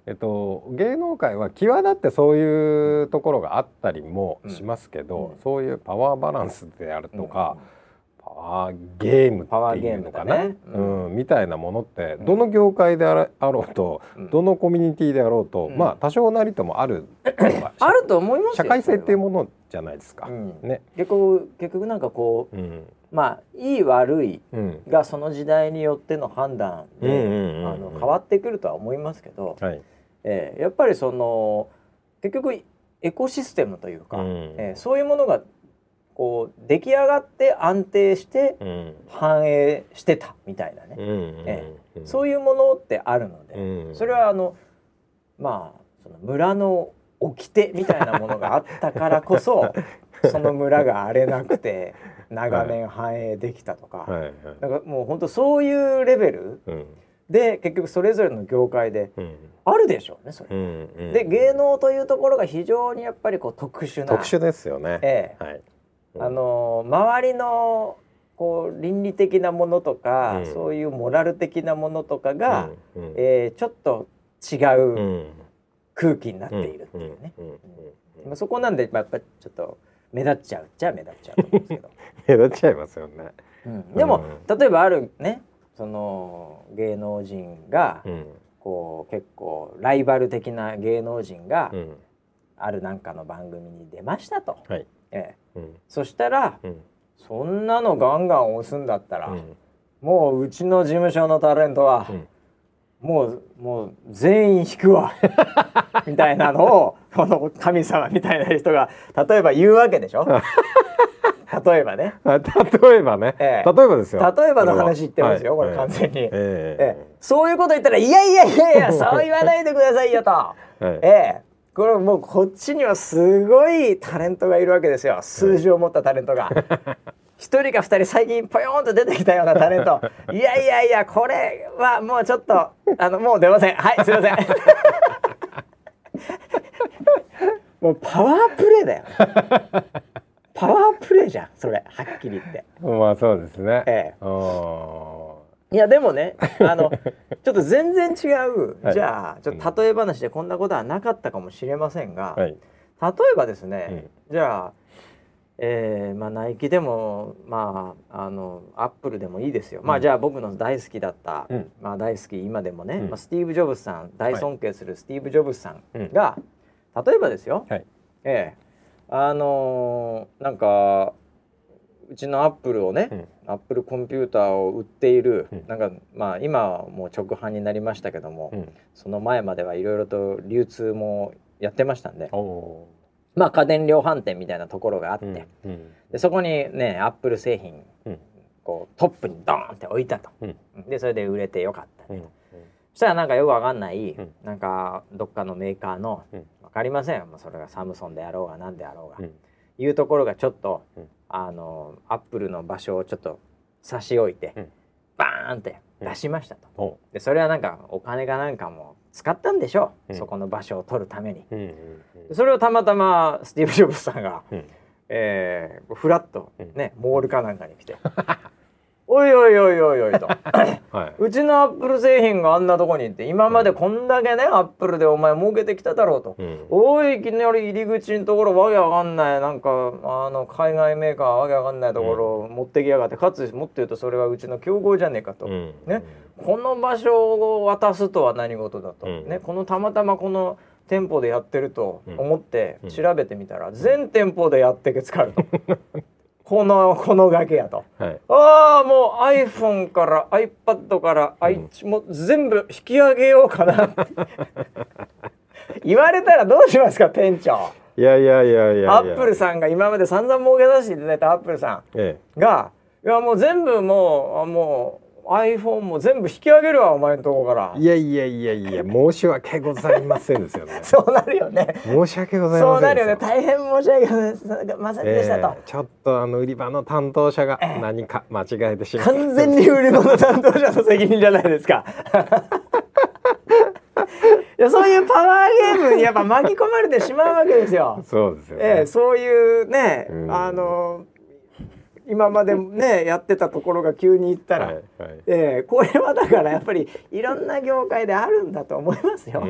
えっと、芸能界は際立ってそういうところがあったりもしますけど、うん、そういうパワーバランスであるとか、うん、パワーゲームっていうのかな、ねうんうん、みたいなものってどの業界であろうと、うん、どのコミュニティであろうと、うん、まあ多少なりともあるあると思いますよ。 社会性っていうものじゃないですか、うんね、結局結局なんかこう、うん、まあいい悪いがその時代によっての判断で変わってくるとは思いますけど、はいえー、やっぱりその結局エコシステムというか、うんえー、そういうものがこう出来上がって安定して反映してたみたいなね、うんえー、そういうものってあるので、うん、それはあのまあその村の掟みたいなものがあったからこそその村が荒れなくて長年繁栄できたとか、はいはいはい、だからもう本当そういうレベル、うんで結局それぞれの業界であるでしょうねそれ、うんうん、で芸能というところが非常にやっぱりこう特殊な特殊ですよね、ええはいうん、あの周りのこう倫理的なものとか、うん、そういうモラル的なものとかが、うんうんえー、ちょっと違う空気になっているっていうね、うんうんうんうん、そこなんでやっぱりちょっと目立っちゃうっちゃ目立っちゃうと思うんですけど目立っちゃいますよね、 うん、でも、うん、例えばあるねその芸能人が、うん、こう結構ライバル的な芸能人が、うん、あるなんかの番組に出ましたと、はいええうん、そしたら、うん、そんなのガンガン押すんだったら、うん、もううちの事務所のタレントは、うん、もうもう全員引くわみたいなのをこの神様みたいな人が例えば言うわけでしょ例えばね例えばね、ええ、例えばですよ例えばの話言ってますよ、はい、これ完全に、ええええ、そういうこと言ったらいやいやいやいやそう言わないでくださいよと、はいええ、これもうこっちにはすごいタレントがいるわけですよ数字を持ったタレントが一人か二人最近ポヨーンと出てきたようなタレントいやいやいやこれはもうちょっとあのもう出ませんはいすいませんもうパワープレイだよパワープレイじゃんそれはっきり言ってまあそうですね、ええ、 いやでもねあのちょっと全然違う、はい、じゃあちょっと例え話でこんなことはなかったかもしれませんが、はい、例えばですね、うん、じゃあ、えーまあ、ナイキでもまああのアップルでもいいですよ、うん、まあじゃあ僕の大好きだった、うんまあ、大好き今でもね、うんまあ、スティーブ・ジョブズさん大尊敬するスティーブ・ジョブズさんが、はい、例えばですよ、はいえーあのー、なんかうちのアップルをね、うん、アップルコンピューターを売っている、うん、なんかまあ今はもう直販になりましたけども、うん、その前まではいろいろと流通もやってましたんで、まあ家電量販店みたいなところがあって、うんうん、でそこにねアップル製品、うん、こうトップにドーンって置いたと、うん、でそれで売れてよかった、ねうん、そしたらなんかよくわかんない、うん、なんかどっかのメーカーの、うん分かりませんよそれがサムソンであろうが何であろうが、うん、いうところがちょっと、うん、あのアップルの場所をちょっと差し置いて、うん、バーンって出しましたと、うん、でそれはなんかお金がなんかも使ったんでしょう、うん、そこの場所を取るために、うんうんうん、それをたまたまスティーブ・ジョブズさんが、うんえー、フラッとね、うん、モールかなんかに来ておいおいおいおいおいと、はい、うちのアップル製品があんなとこに行って今までこんだけね、うん、アップルでお前儲けてきただろうと、うん、おいいきなり入り口のところわけわかんないなんかあの海外メーカーわけわかんないところを持ってきやがって、うん、かつもっと言うとそれはうちの競合じゃねえかと、うん、ね、この場所を渡すとは何事だと、うん、ね、このたまたまこの店舗でやってると思って調べてみたら、うん、全店舗でやってけ使うとこのこの崖やと、はい、ああもう iPhone から iPad から、うん、もう全部引き上げようかなって言われたらどうしますか店長。 いやいやいやいやアップルさんが今まで散々儲け出していただいたアップルさんが、ええ、いやもう全部もうもうiPhone も全部引き上げるわお前のとこから。 いやいやいやいや申し訳ございませんですよねそうなるよね。 申し訳ございません。 そうなるよね。大変申し訳ございませんでしたと、 えー、ちょっとあの売り場の担当者が何か間違えてしまった、 えー、完全に売り場の担当者の責任じゃないですかいやそういうパワーゲームにやっぱ巻き込まれてしまうわけですよそうですよね、 えー、そういうね、うん、あの今までねやってたところが急に行ったら、はいはい、えー、これはだからやっぱりいろんな業界であるんだと思いますよ。うん、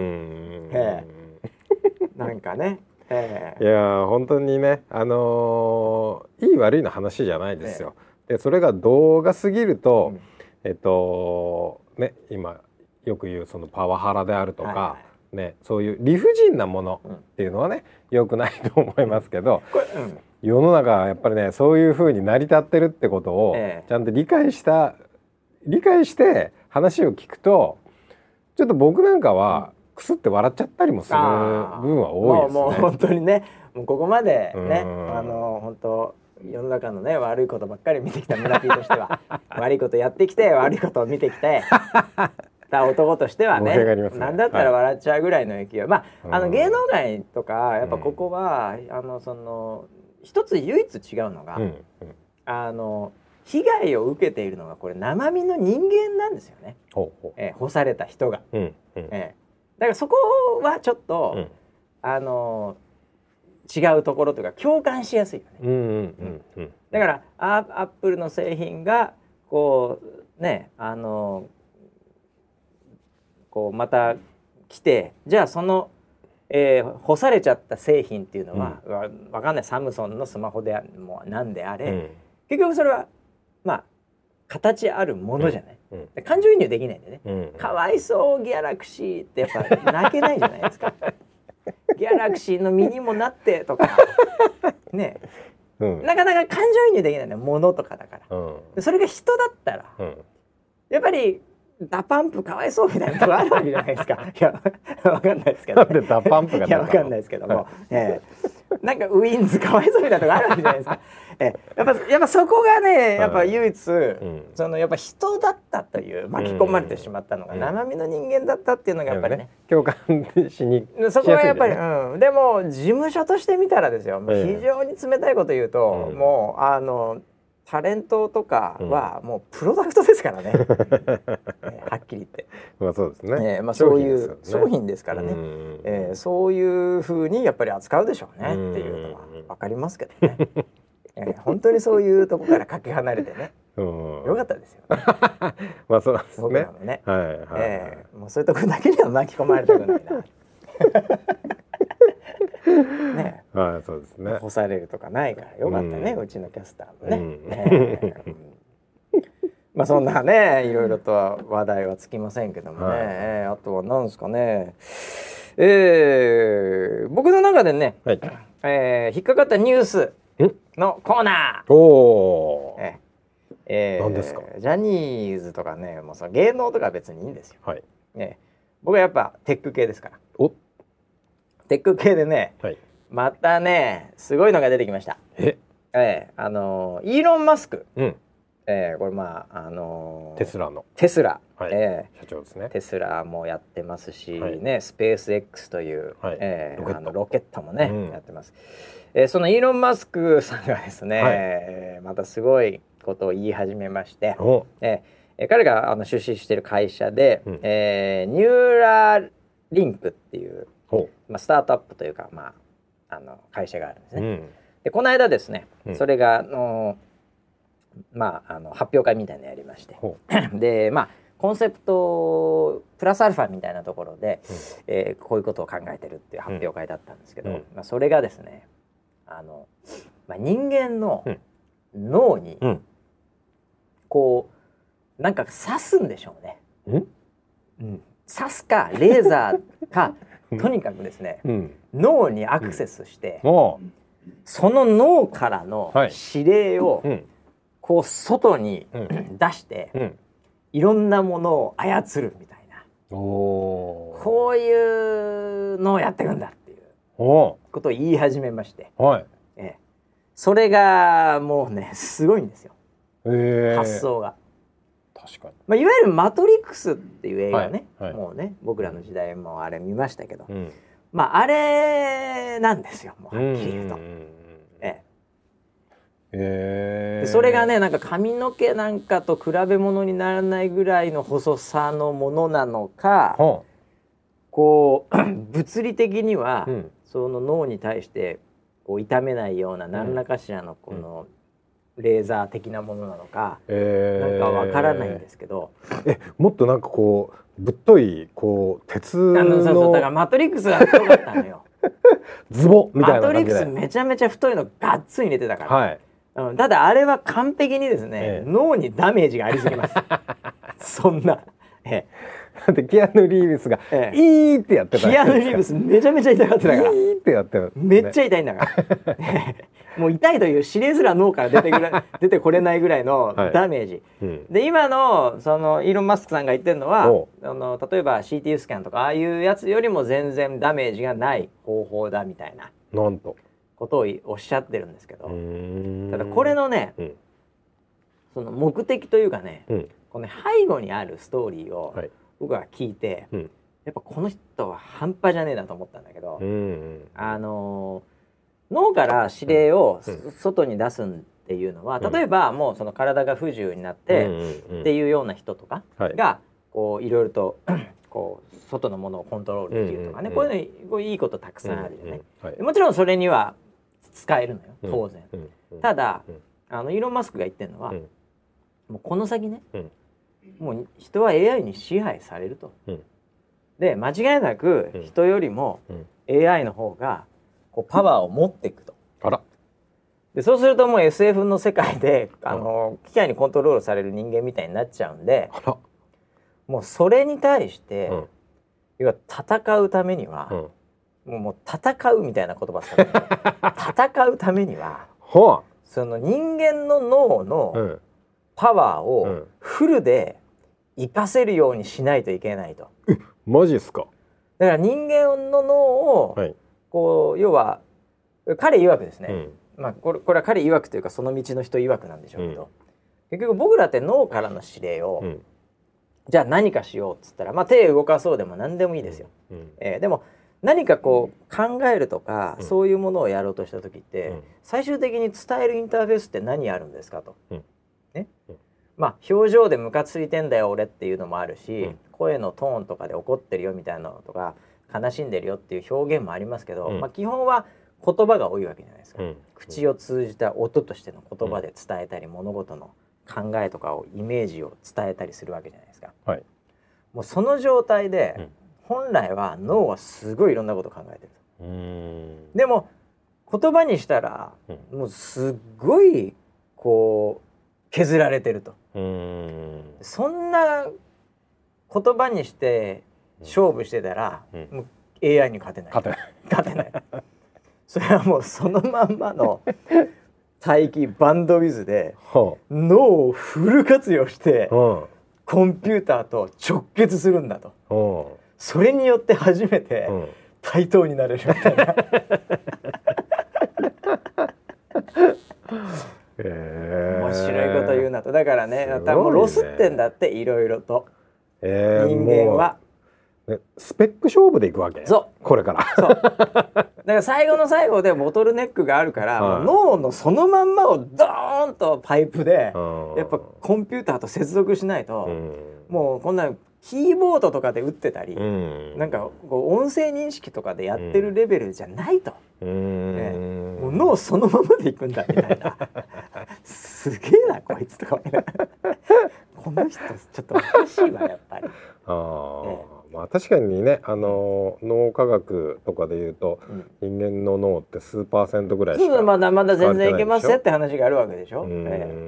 えー、なんかね、えー、いや本当にね、あのー、いい悪いの話じゃないですよ。えー、でそれが動画過ぎると、うん、えっとね今よく言うそのパワハラであるとか、はいはい、ね、そういう理不尽なものっていうのはね、うん、良くないと思いますけど、これ、うん、世の中はやっぱりねそういう風に成り立ってるってことをちゃんと理解した、ええ、理解して話を聞くとちょっと僕なんかはクスって笑っちゃったりもする部分は多いですね。 もう、もう本当にね、もうここまでね、あの本当世の中のね悪いことばっかり見てきた村Pとしては悪いことやってきて悪いことを見てきてた男としてはね、なんだったら笑っちゃうぐらいの勢い、はい、まああの芸能界とかやっぱここは、うん、あのその一つ唯一違うのが、うんうん、あの被害を受けているのがこれ生身の人間なんですよね。ほうほう、えー、干された人が、うんうん、えー、だからそこはちょっと、うん、あの違うところというか共感しやすいよね。うんうんうんうん、だからアップルの製品がこうねあのこうまた来て、じゃあそのえー、干されちゃった製品っていうのは、うん、わかんないサムソンのスマホであもなんであれ、うん、結局それはまあ形あるものじゃない、うんうん、感情移入できないんでね、うん、かわいそうギャラクシーってやっぱ泣けないじゃないですかギャラクシーの身にもなってとかね、うん、なかなか感情移入できないのものとかだから、うん、それが人だったら、うん、やっぱりダパンプかわいそうみたいなとこあるわけじゃないですか。いやわかんないですけど、ね、 なんでダパンプがいやわかんないですけども、えー、なんかウィンズかわいそうみたいなとこあるわけじゃないですか。えー、やっぱやっぱそこがねやっぱ唯一、うん、そのやっぱ人だったという巻き込まれてしまったのが、うん、生身の人間だったっていうのがやっぱりね、 うん、共感しにそこはやっぱり、うん、でも事務所として見たらですよ、もう非常に冷たいこと言うと、うん、もうあのタレントとかはもうプロダクトですからね、うんえー、はっきり言って、 まあそうですね、 えーまあ、そういう商品ですからね、えー、そういう風にやっぱり扱うでしょうねっていうのは分かりますけどね、えー、本当にそういうとこからかけ離れてねよかったですよねまあそうですね、 僕らもね、 はいはいはい、 えー、もうそういうとこだけには巻き込まれたくないなね、 はい、そうですね。 干されるとかないからよかったね、うん、うちのキャスターもね。うんえー、まあそんなねいろいろとは話題はつきませんけどもね、はい、えー、あとは何ですかね、えー、僕の中でね、はい、えー、引っかかったニュースのコーナー。おー、えーえー、何ですか？ジャニーズとかね、もうその芸能とか別にいいんですよ。はい、ね、僕はやっぱテック系ですから。おテック系でね、はい、またねすごいのが出てきました。え、えー、あのイーロン・マスク、うん、えー、これまああのー、 テスラのテスラ、 はい、えー、社長ですね。 テスラもやってますし、はい、ねスペース X という、はい、えー、ロケット、あのロケットもね、うん、やってます。えー、そのイーロン・マスクさんがですね、はい、えー、またすごいことを言い始めまして、えー、彼があの出資している会社で、うん、えー、ニューラリンクっていうまあ、スタートアップというか、まあ、あの会社があるんですね、うん、でこの間ですね、うん、それがあの、まあ、あの発表会みたいなのやりましてでまあコンセプトプラスアルファみたいなところで、うん、えー、こういうことを考えてるっていう発表会だったんですけど、うん、まあ、それがですねあの、まあ、人間の脳に、うん、こうなんか刺すんでしょうね、うんうん、刺すかレーザーかとにかくですね、うん、脳にアクセスして、うん、その脳からの指令を、はい、こう外に、うん、出して、うん、いろんなものを操るみたいな、おこういうのをやっていくんだっていうことを言い始めまして、はい、ええ、それがもうねすごいんですよ、えー、発想が。 確かに、 まあ、いわゆるマトリックスっていう映画ね、はいはい、もうね僕らの時代もあれ見ましたけど、うん、まああれなんですよ、もうはっきり言うと、ええー、それがねなんか髪の毛なんかと比べ物にならないぐらいの細さのものなのか、うん、こう物理的には、うん、その脳に対してこう痛めないような何らかしらのこの、 レーザー的なものなのか、えー、なんかわからないんですけど、 えもっとなんかこうぶっといこう鉄の、あのそうそうだからマトリックスが太かったのよズボみたいな感じでマトリックスめちゃめちゃ太いのガッツリ入れてたから、 はい、 うん、ただあれは完璧にですね、ええ、脳にダメージがありすぎますそんな、ええ、 だってキアヌ・リーブスが、ええ、いーってやってた、 キアヌ・リーブスめちゃめちゃ痛がってたからいーってやってる、ね、 めっちゃ痛いんだからもう痛いという指令すら脳から出てぐら出てこれないぐらいのダメージ、はい、うん、で今のそのイーロン・マスクさんが言ってるのはあの例えば シーティー スキャンとかああいうやつよりも全然ダメージがない方法だみたいななんとことをおっしゃってるんですけど、ただこれのね、うん、その目的というかね、うん、この背後にあるストーリーを僕は聞いて、はい、やっぱこの人は半端じゃねえなと思ったんだけど、うん、あの脳から指令を外に出すっていうのは、例えばもうその体が不自由になってっていうような人とかがこういろいろとこう外のものをコントロールできるとかね、こういうのいいことたくさんあるよね。もちろんそれには使えるのよ当然。ただあのイーロン・マスクが言ってるのは、もうこの先ね、もう人は エーアイ に支配されると。で間違いなく人よりも エーアイ の方がこうパワーを持っていくと。 あら。 でそうするともう エスエフ の世界であの機械にコントロールされる人間みたいになっちゃうんで、 あら、 もうそれに対して、うん、要は戦うためには、うん、もうもう戦うみたいな言葉ですからね戦うためにはその人間の脳のパワーをフルで活かせるようにしないといけないと。 え、マジですか。 だから人間の脳を、はい、こう要は彼曰くですね、うん、まあこれ、これは彼曰くというかその道の人曰くなんでしょうけど、うん、結局僕らって脳からの指令を、うん、じゃあ何かしようっつったら、まあ、手動かそうでも何でもいいですよ、うん、えー、でも何かこう考えるとか、うん、そういうものをやろうとした時って、うん、最終的に伝えるインターフェースって何あるんですかと、うんねうん、まあ表情でムカついてんだよ俺っていうのもあるし、うん、声のトーンとかで怒ってるよみたいなのとか悲しんでるよっていう表現もありますけど、うん、まあ、基本は言葉が多いわけじゃないですか、うん、口を通じた音としての言葉で伝えたり、うん、物事の考えとかをイメージを伝えたりするわけじゃないですか、はい、もうその状態で、うん、本来は脳はすごいいろんなことを考えてると。うーん、でも言葉にしたら、うん、もうすっごいこう削られてると。うーん、そんな言葉にして勝負してたら、うん、もう エーアイ に勝てない勝てない勝てないそれはもうそのまんまの帯域バンドウィズで脳をフル活用してコンピューターと直結するんだと。それによって初めて対等になれるみたいなえー、面白いこと言うなと。だからね、多分ロスってんだっていろいろと、えー、人間はスペック勝負でいくわけ。そうこれからそうだから最後の最後でボトルネックがあるから、はい、もう脳のそのまんまをドーンとパイプでやっぱコンピューターと接続しないと、もうこんなキーボードとかで打ってたり、なんかこう音声認識とかでやってるレベルじゃないと、ね、もう脳そのままでいくんだみたいなすげえなこいつとかこの人ちょっとおかしいわやっぱり。あ、 ね、まあ、確かにね、あの脳科学とかでいうと、うん、人間の脳って数パーセントぐらいしかまだまだ全然いけますよって話があるわけでしょ。うーん、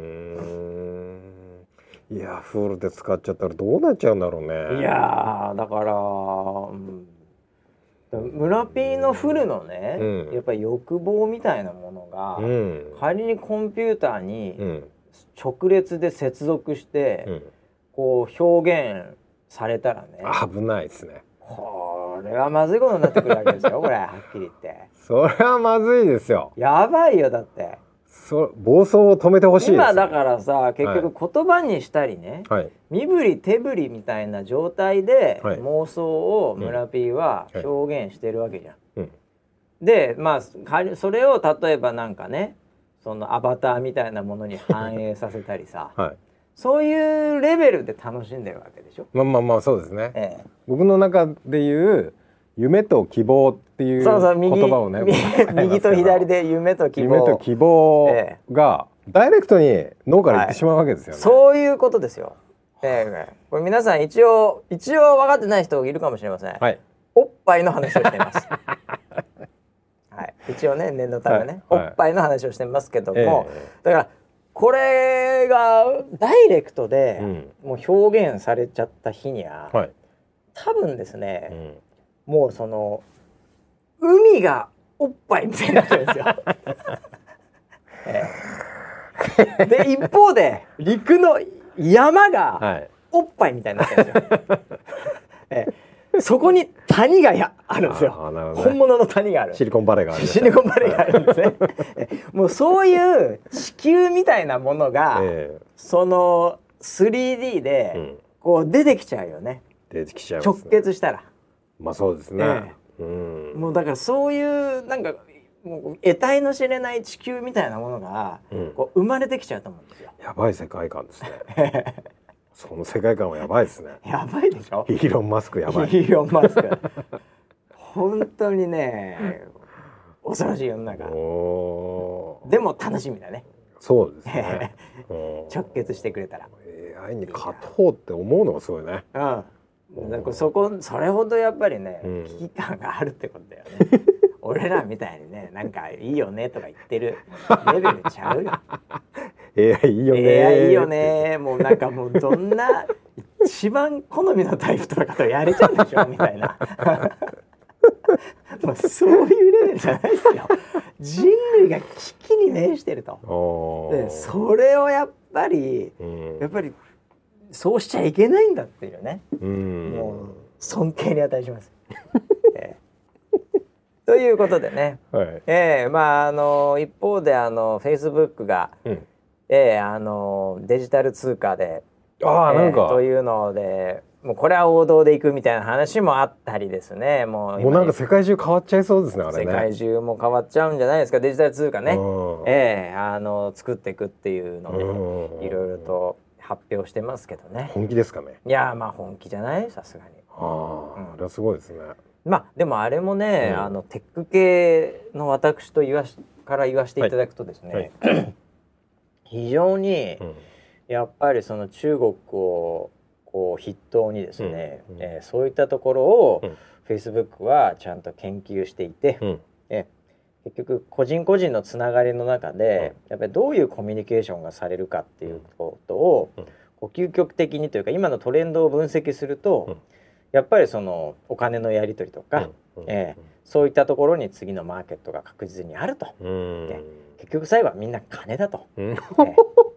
えー、いやフルで使っちゃったらどうなっちゃうんだろうね。 いやだから、うん、村 P のフルのね、うん、やっぱり欲望みたいなものが、うん、仮にコンピューターに直列で接続して、うん、こう表現されたらね、 危ないですね。 これはまずいことになってくるわけですよこれはっきり言って。 それはまずいですよ。 やばいよ。だってそ暴走を止めてほしいです、ね、 今だからさ結局言葉にしたりね、はい、身振り手振りみたいな状態で妄想を村 P は表現してるわけじゃん、はいはい、でまあそれを例えばなんかねそのアバターみたいなものに反映させたりさ、はい、そういうレベルで楽しんでるわけでしょ。 まあまあまあそうですね、ええ、僕の中でいう夢と希望っていう言葉をね、 右と左で夢と希望、 夢と希望がダイレクトに脳から言ってしまうわけですよね、 はい、そういうことですよ、えー、これ皆さん一応一応分かってない人いるかもしれません、はい、おっぱいの話をしていますはい、一応ね念のためね、はい、おっぱいの話をしてますけども、えー、だからこれがダイレクトでもう表現されちゃった日には、うん、多分ですね、うん、もうその海がおっぱいみたいになってるんですよ、えー、で一方で陸の山がおっぱいみたいになってるんですよ、えーそこに谷がやあるんですよ、ね、本物の谷がある、 シリコンバレーがある、 シリコンバレーがあるんですねもうそういう地球みたいなものが、えー、その スリーディー でこう出てきちゃうよね、 うん、出てきちゃいますね、 直結したら、 まあそうですね、 えーうん、もうだからそういうなんかもう得体の知れない地球みたいなものが、うん、こう生まれてきちゃうと思うんですよ。 やばい世界観ですねその世界観はやばいですね。 やばいでしょ。 イーロンマスクやばい。 イーロンマスク。本当にね、恐ろしい世の中。でも楽しみだね。 そうですね。 直結してくれたら。 エーアイ に勝とうって思うのがすごいね。 うん。なんかそこそれほどやっぱりね、うん、危機感があるってことだよね。俺らみたいにね、なんかいいよねとか言ってるレベルちゃうよ。 エーアイ いいよねー。 エーアイ いいよねー。もうなんかもうどんな一番好みのタイプとかとやれちゃうんでしょみたいな。もうそういうレベルじゃないですよ。人類が危機に面してると。でそれをやっぱり、うん、やっぱりそうしちゃいけないんだっていうね。うん、もう尊敬に値します。えー、ということでね。はい、えー、まああの一方であの Facebook が、うんえー、あのデジタル通貨で、 あ、えー、なんかというのでもうこれは王道でいくみたいな話もあったりですね。もうもうなんか世界中変わっちゃいそうですね、あれね。 世界中も変わっちゃうんじゃないですか、デジタル通貨ね、えー、あの作っていくっていうのでいろいろと発表してますけどね。 本気ですかね。 いやまあ本気じゃない、さすがに。 あ、うん、あれはすごいですね。 まあでもあれもね、うん、あのテック系の私と言わしから言わせていただくとですね、はいはい非常にやっぱりその中国をこう筆頭にですね、うんうんえー、そういったところを、うん、Facebook はちゃんと研究していて、うんえー、結局個人個人のつながりの中で、うん、やっぱりどういうコミュニケーションがされるかっていうことを、うん、こう究極的にというか今のトレンドを分析すると、うん、やっぱりそのお金のやり取りとか、うんうんえー、そういったところに次のマーケットが確実にあると。うんね結局最後はみんな金だと、うんえー、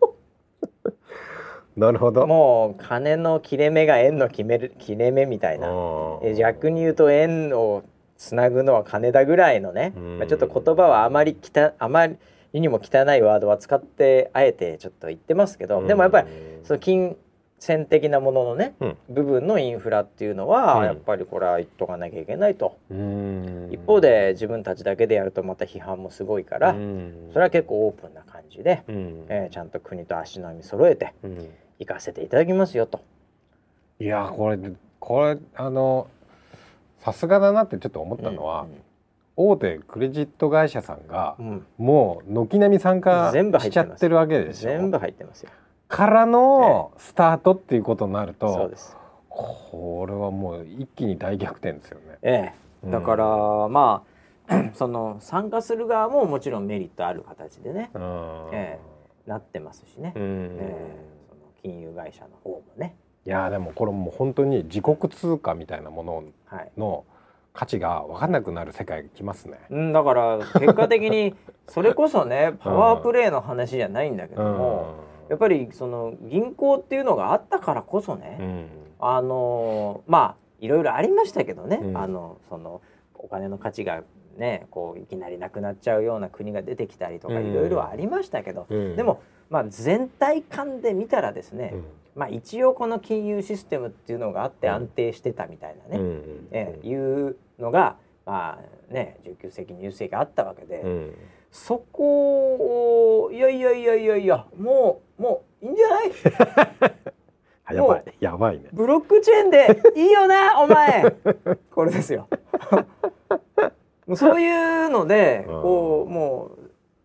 なるほど。 もう金の切れ目が円の決める切れ目みたいな、え逆に言うと円をつなぐのは金だぐらいのね、まあ、ちょっと言葉はあまりきたあまりにも汚いワードは使ってあえてちょっと言ってますけど、でもやっぱりその金銭的なもののね、うん、部分のインフラっていうのは、うん、やっぱりこれは言っとかなきゃいけないと。うん一方で自分たちだけでやるとまた批判もすごいから、うんそれは結構オープンな感じで、うんえー、ちゃんと国と足並み揃えて行かせていただきますよと。 いやこれこれあのさすがだなってちょっと思ったのは、うんうん、大手クレジット会社さんが、うん、もう軒並み参加しちゃってるわけですよ。 全部入ってますよ。 からのスタートっていうことになると、 ええ、そうです。 これはもう一気に大逆転ですよね。 ええ、だから、うん、まあその参加する側ももちろんメリットある形でね、ええ、なってますしね、ええ、その金融会社の方もね。 いやでもこれもう本当に自国通貨みたいなものの価値が分かんなくなる世界が来ますね。 うん、だから結果的にそれこそねパワープレイの話じゃないんだけども、うん、やっぱりその銀行っていうのがあったからこそね、うん、あのまあいろいろありましたけどね、うん、あのそのお金の価値がねこういきなりなくなっちゃうような国が出てきたりとかいろいろありましたけど、うん、でもまあ全体感で見たらですね、うん、まあ一応この金融システムっていうのがあって安定してたみたいなね、うん、えー、いうのがまあねじゅうきゅうせいきにじゅっせいきあったわけで、うん、そこをいやいやいやいやいやもうもういいんじゃないやばいやばいね。 ブロックチェーンでいいよなお前これですよもうそういうのでこうもう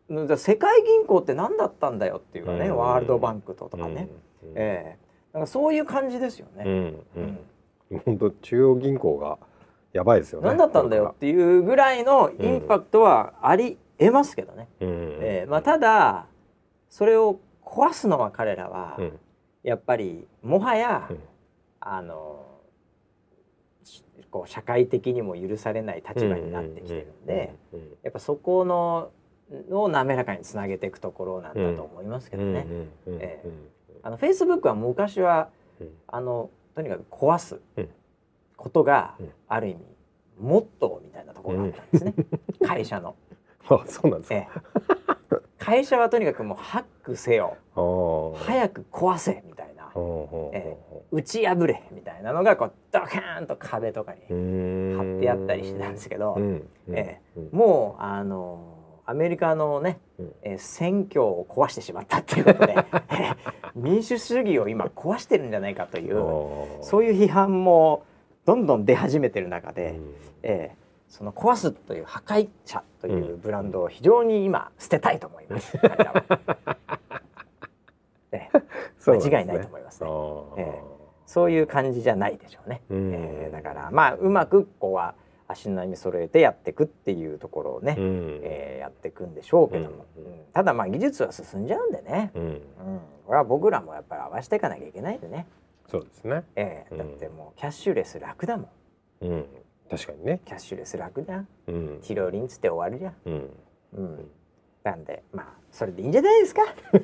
世界銀行って何だったんだよっていうかね、うん、ワールドバンクとかね、うんえー、なんかそういう感じですよね。うんうん、本当中央銀行がやばいですよね。 何だったんだよっていうぐらいのインパクトはあり得ますけどね、うんえーまあ、ただそれを壊すのは彼らは、うん、やっぱりもはや、うん、あのこう社会的にも許されない立場になってきてるんで、やっぱそこのを滑らかにつなげていくところなんだと思いますけどね。あの Facebook は昔は、うん、あのとにかく壊すことが、うん、ある意味モットーみたいなところがあったんですね、うん、会社の。 あ、そうなんですか。ええ、会社はとにかくもうハックせよ、早く壊せみたいな、ええ、打ち破れみたいなのがこうドカーンと壁とかに貼ってあったりしてたんですけど、ええ、もうあのアメリカのね、えー、選挙を壊してしまったっていうことで民主主義を今壊してるんじゃないかというそういう批判もどんどん出始めてる中で、えー、その壊すという破壊者というブランドを非常に今捨てたいと思います、彼らはえー、間違いないと思いますね。えー、そういう感じじゃないでしょうね。えー、だからまあうまくここは足並み揃えてやっていくっていうところをね、うんえー、やっていくんでしょうけども、うんうん、ただまあ技術は進んじゃうんでね、うんうん、これは僕らもやっぱり合わせていかなきゃいけないでね。 そうですね、 えー、だってもうキャッシュレス楽だもん、 うん、確かにね。 キャッシュレス楽じゃん、うん、チロリンつって終わるじゃん、うんうん、なんでまあそれでいいんじゃないですか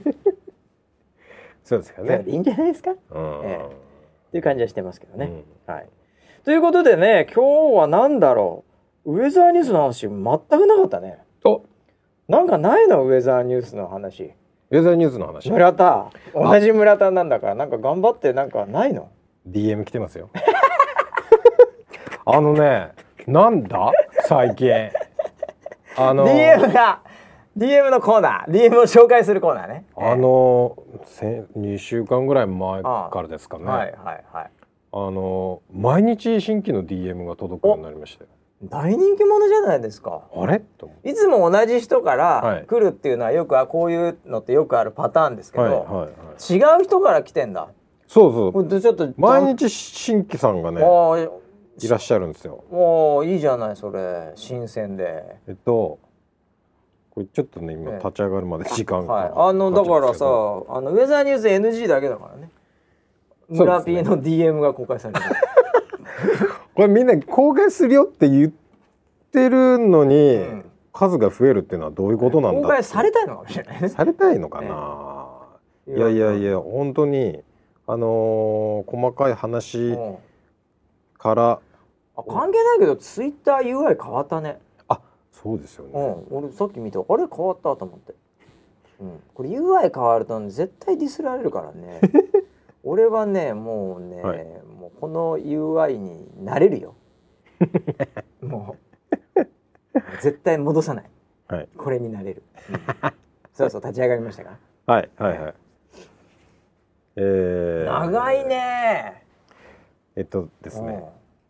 そうですよね。 それでいいんじゃないですか、うんえー、っていう感じはしてますけどね、うん、はい。ということでね、今日は何だろう、ウェザーニュースの話全くなかったね。お、なんかないの、ウェザーニュースの話。 ウェザーニュースの話。 村田、同じ村田なんだから、なんか頑張ってなんかないの？ ディーエム 来てますよ。あのね、なんだ最近。あのー、 ディーエム が ディーエム のコーナー、ディーエム を紹介するコーナーね。 あのー、にしゅうかんぐらい前からですかね。 はいはいはい。 あの毎日新規の ディーエム が届くようになりました。 大人気者じゃないですか。 あれいつも同じ人から来るっていうのはよく、はい、こういうのってよくあるパターンですけど、はいはいはい、違う人から来てんだ。 そうそう。 ちょっと毎日新規さんがねいらっしゃるんですよ。 もういいじゃないそれ、新鮮で。 えっとこれちょっとね今立ち上がるまで時間が、 はい、あのだからさ、あのウェザーニュース エヌジー だけだからね。村 P の ディーエム が公開されてる。 これみんな公開するよって言ってるのに、うん、数が増えるっていうのはどういうことなんだって。 公開されたいのかもしれないね。 されたいのかな、ね、いやいやいや本当にあのー、細かい話から、 うん、あ関係ないけどツイッター ユーアイ 変わったね。 あそうですよね、 うん、俺さっき見てあれ変わったと思って、うん、これ ユーアイ 変わると絶対ディスられるからね。俺はねもうね、はい、もうこの ユーアイ になれるよ。もう絶対戻さない、はい、これになれる、うん、そうそう立ち上がりましたか。 はいはいはい、えー、 長いね。 えっとですね、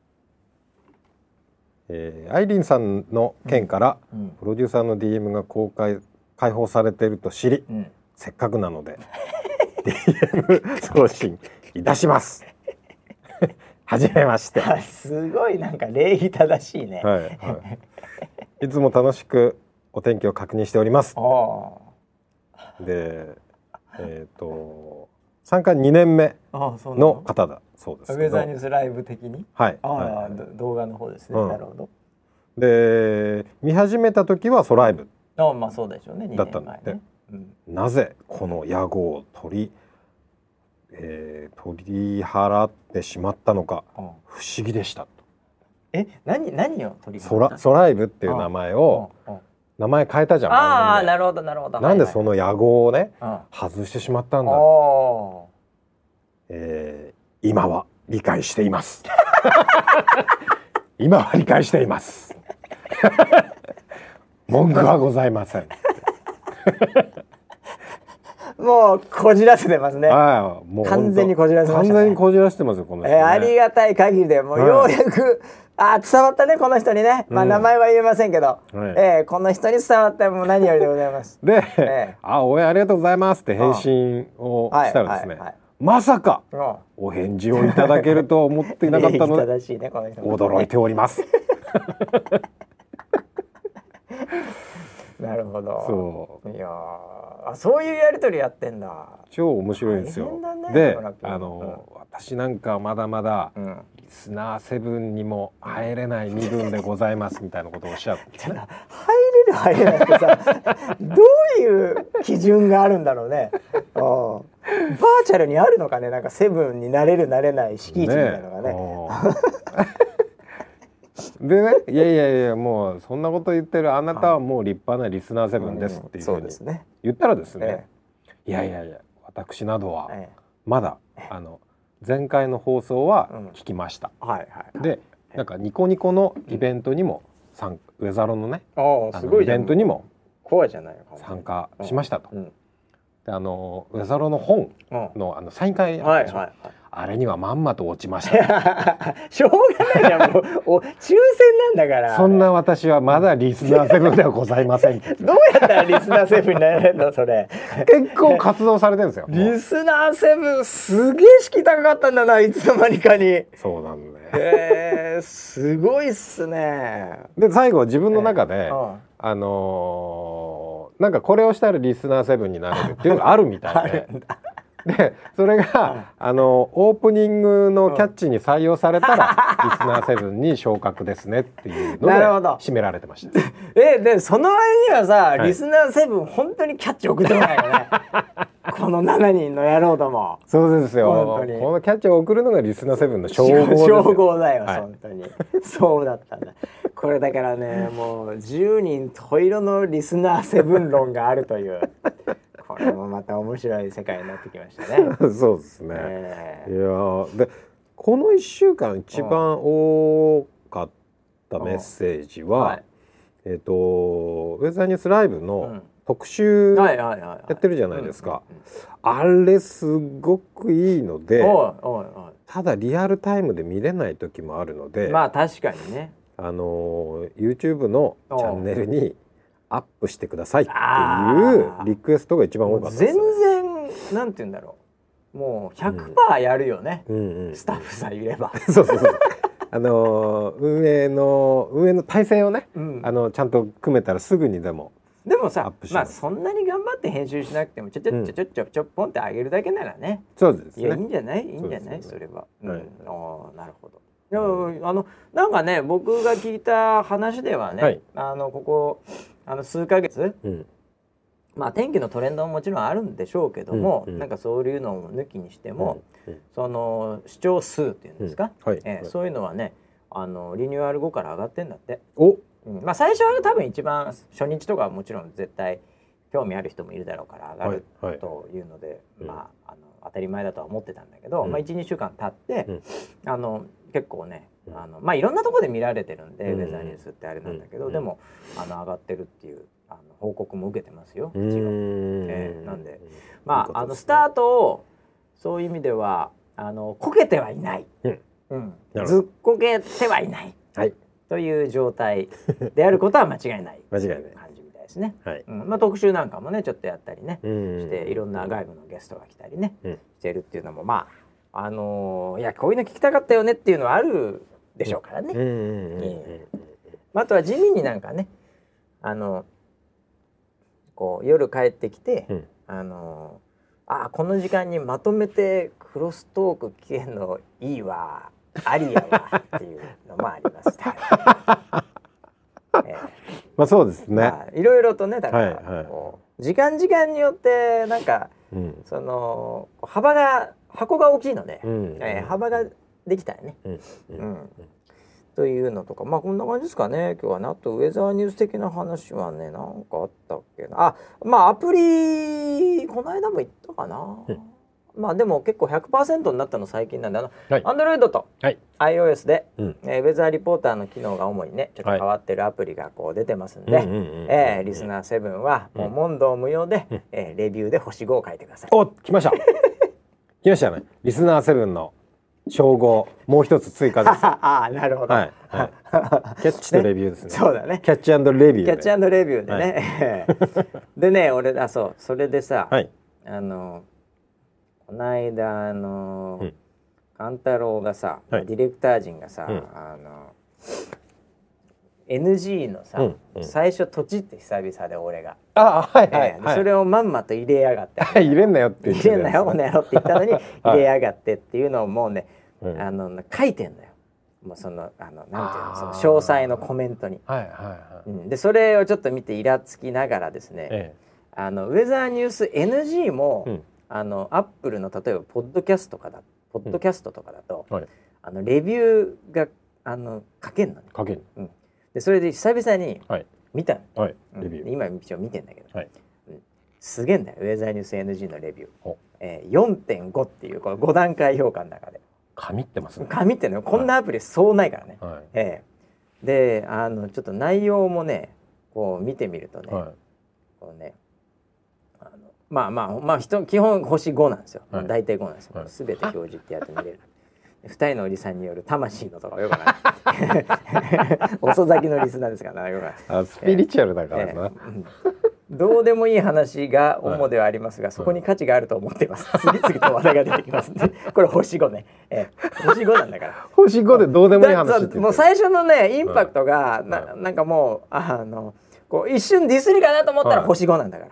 えー、アイリンさんの件から、うん、プロデューサーの ディーエム が公開開放されていると知り、うん、せっかくなのでディーエム 送信いたします。はじめまして。 すごいなんか礼儀正しいね。はい、はい。いつも楽しくお天気を確認しております。で、えっと参加にねんめの方だそうですけど。 ウェザーニュースライブ的に。 はい。 ああ、 はい、 動画の方ですね。うん、なるほど。 で、見始めた時はソライブ。 ああ、まあそうでしょうね。 だったんで。うん、なぜこの屋号を取り、えー、取り払ってしまったのか、うん、不思議でした。 え、何何を取り払った？ソライブっていう名前を、うんうん、名前変えたじゃん。 ああ、なるほどなるほど。 なんでその屋号をね、はいはい、外してしまったんだ。えー、今は理解しています。今は理解しています。文句はございません。 もうこじらせてますね。 はい、もう完全にこじらせましたね。 完全にこじらせてますよこの人、ね。 えー、ありがたい限りでもうようやく、 あ伝わったねこの人にね、まあ、名前は言えませんけど、うん、えー、この人に伝わったもう何よりでございます。 で、えー、あ応援ありがとうございますって返信をしたらですね、はいはいはい、まさかお返事をいただけるとは思っていなかったので正しいねこの人驚いております。 なるほど。 そういやあそういうやり取りやってんだ。 超面白いんですよ。ね、であの、うん、私なんかまだまだ、うん、リスナーセブンにも入れない身分でございますみたいなことをおっしゃって、 入れる入れないってさどういう基準があるんだろうね。バーチャルにあるのかね、なんかセブンになれるなれない敷地みたいなのがね。 でね、いやいやいやもうそんなこと言ってるあなたはもう立派なリスナーセブンですっていうふうに言ったらですね、いやいやいや私などはまだあの前回の放送は聞きました。でなんかニコニコのイベントにも参ウェザロのねあのイベントにも参加しましたと。であのウェザロの本のあのサイン会あったでしょ。あれにはまんまと落ちました。 しょうがないじゃんもうお抽選なんだから。 そんな私はまだリスナーセブンではございません。 どうやったらリスナーセブンになれるのそれ。 結構活動されてるんですよ。 リスナーセブンすげえ敷高かったんだないつの間にかに。 そうなんだね。 へえすごいっすね。 で最後自分の中で、えーうん、あのー、なんかこれをしたらリスナーセブンになれるっていうのがあるみたいで。でそれが、うん、あのオープニングのキャッチに採用されたら、うん、リスナーセブンに昇格ですねっていうので締められてました。 えでその割にはさ、はい、リスナーセブン本当にキャッチ送ってこないよね。このしちにんの野郎ども。 そうですよ。このキャッチを送るのがリスナーセブンの称号ですよ。 称号だよ、はい、本当に。そうだったんだ。これだからねもうじゅうにん十色のリスナーセブン論があるという。これもまた面白い世界になってきましたね。 そうですね。えー、いやでこのいっしゅうかん一番多かったメッセージは、はい、えっ、ー、とウェザーニュースライブの特集やってるじゃないですか。あれすごくいいので、おいおいおいただリアルタイムで見れない時もあるので、 まあ確かにね。 あの YouTube のチャンネルにアップしてくださいっていうリクエストが一番多かったです。 全然なんて言うんだろう、もう ひゃくパーセント やるよね、うんうんうん、スタッフさんいれば。 そうそうそう。あの運営の運営の体制をね、うん、あのちゃんと組めたらすぐにでも。 でもさ、まあそんなに頑張って編集しなくてもちょちょちょちょちょちょポンって上げるだけならね。 そうですね。 いやいいんじゃないいいんじゃない そ,、ね、それは。うん、はい、あなるほど。いやあのなんかね僕が聞いた話ではね、はい、あのここあの数ヶ月、うん、まあ天気のトレンドももちろんあるんでしょうけども、うんうん、なんかそういうのを抜きにしても、うんうん、その視聴数っていうんですか、うんはいえーはい、そういうのはねあのリニューアル後から上がってんだって。おうん、まあ最初は多分一番初日とかはもちろん絶対興味ある人もいるだろうから上がる、はいはい、というので、うん、まあ、あの当たり前だとは思ってたんだけど、うんまあ、いちにしゅうかん経って、うん、あの結構ねあの、まあ、いろんなところで見られてるんで、うん、ウェザーニュースってあれなんだけど、うん、でもあの上がってるっていうあの報告も受けてますよ一応、えー、なんでまあ、あのスタートをそういう意味ではあのこけてはいない、うんうん、ずっこけてはいない、はい、という状態であることは間違いない間違いない感じみたいですね、はいうんまあ、特集なんかもねちょっとやったりねしていろんな外部のゲストが来たりね、うん、してるっていうのもまああのー、いやこういうの聞きたかったよねっていうのはあるでしょうからね。あとは地味になんかねあのこう夜帰ってきて、うん、あのあこの時間にまとめてクロストーク聞けんのいいわありやわっていうのもあります。 えー、まあそうですね。まあ、いろいろとねだから、はいはい、こう時間時間によってなんか、うん、その幅が箱が大きいので、うんえー、幅ができたよね、うんうんうん、というのとかまあこんな感じですかね今日はね。あとウェザーニュース的な話はねなんかあったっけなあまあアプリこの間も言ったかな、うん、まあでも結構 ひゃくパーセント になったの最近なんであの、はい、Android と iOS で、はいえー、ウェザーリポーターの機能が主にねちょっと変わってるアプリがこう出てますんでリスナーセブンはもう問答無用で、うんえー、レビューで星ごを書いてください。 お来ました来ましたねリスナーセブンの称号もう一つ追加です。 ああ、なるほど。はいはい、キャッチとレビューですね。 そうだね。 キャッチ&レビュー。 キャッチ&レビューでね。はい、でね、俺あそうそれでさ、 はい、 あのこの間あの、うん、勘太郎がさ、はい、ディレクター陣がさ、うん、あの エヌジー のさ、うんうん、最初とちって久々で俺が。 あはいはい、 えーはい、それをまんまと入れやがって。 入れんなよって言って入れんなよこの野郎って言ったのに入れやがってっていうのをもうね、はい、あの書いてんだよ。もうそのあのなんていうのその詳細のコメントに。はいはいはい。うん、でそれをちょっと見てイラつきながらですね。ええ、あのウェザーニュース エヌジー も、うん、あのアップルの例えばポッドキャストとかだポッドキャストとかだと、うんはい、あのレビューがあの書けんのね。 書けん。 うん。でそれで久々に見たの。 はい。レビュー。 うん、今一応見てんだけど。 はい。 うん、すげえんだよウェザーニュース エヌジー のレビュー。えー、よんてんご っていうこのご段階評価の中で。 神ってますね。 神ってのこんなアプリそうないからね。 はい、 えー、であのちょっと内容もねこう見てみるとね、はい、こうねあのまあまあまあ人基本星ごなんですよ。はい、大体ごなんですよ。はい、全て表示ってやって見れる。ふたりのおじさんによる魂のとかよくない遅咲きのリスナーですからね。 あスピリチュアルだからな、えーうんどうでもいい話が主ではありますが、はい、そこに価値があると思っています。次々と話題が出てきますんでこれ星ごね、えー、星ごなんだから星ごでどうでもいい話ってもう最初のねインパクトが、はい、な, なんかもうあのこう一瞬ディスりかなと思ったら星ごなんだから、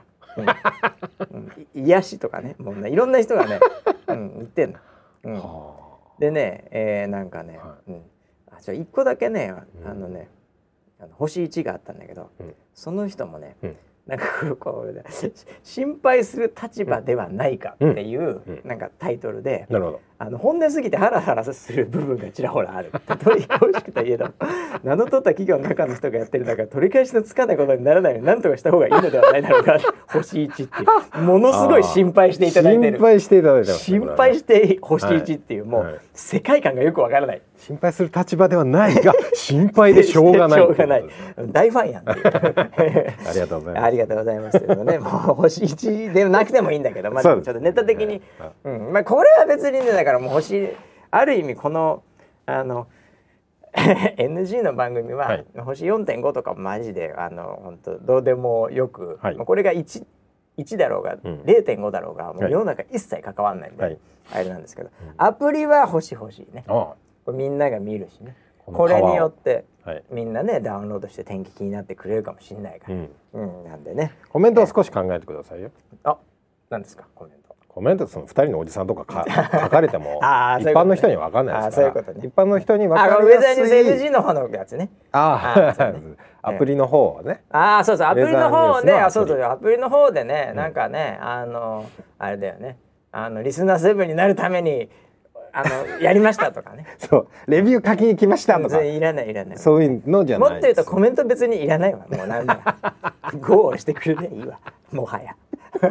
うんうん、癒しとかねもうねいろんな人がね、うん、言ってんの、うん、でね、えー、なんかね、はいうん、あじゃあいっこだけねあのね、うん、あの星いちがあったんだけど、うん、その人もね、うんなんかこう心配する立場ではないかっていう、うんうん、なんかタイトルで、 なるほどあの本音すぎてハラハラする部分がちらほらある。どういう欲しくといえど名の取った企業の中の人がやってるんだから取り返しのつかないことにならないように何とかした方がいいのではないだろうか。星いちっていうものすごい心配していただいてる。 心配していただいてます、 ね、心配して星いちっていう、はい、もう、はい、世界観がよくわからない。 心配する立場ではないが心配でしょうがない。 しょうがない。大ファンやんっていうありがとうございます。 ありがとうございますけどね。もう星いちでなくてもいいんだけど、まあ、ちょっとネタ的に、うんまあ、これは別にねだからもう星ある意味このあのエヌジー の番組は、はい、星 よんてんご とかマジであの本当どうでもよく、はい、これが 1, いちだろうが、うん、れいてんご だろうがもう世の中一切関わんないんで、はい、あれなんですけど、うん、アプリは星欲しいね。ああこれみんなが見るしね。こ, これによって、はい、みんなねダウンロードして天気気になってくれるかもしれないから、うんうん、なんでねコメントを少し考えてくださいよ。 あ、何ですかコメント。 コメントそのふたりのおじさんとかか書かれても一般の人には分かんないですから。 あそういうことね。 一般の人に分かりやすい。 あウェザーニュース エヌジー の方のやつね。 ああ、ね、アプリの方はね。 ああそうそうアプリの方であそうそうアプリの方でね、うん、なんかねあのあれだよねあのリスナーセブンになるためにあのやりましたとかねそうレビュー書きに来ましたとかいらないいらないそういうのじゃないもっと言うとコメント別にいらないわもうなんだゴーをしてくれていいわもはや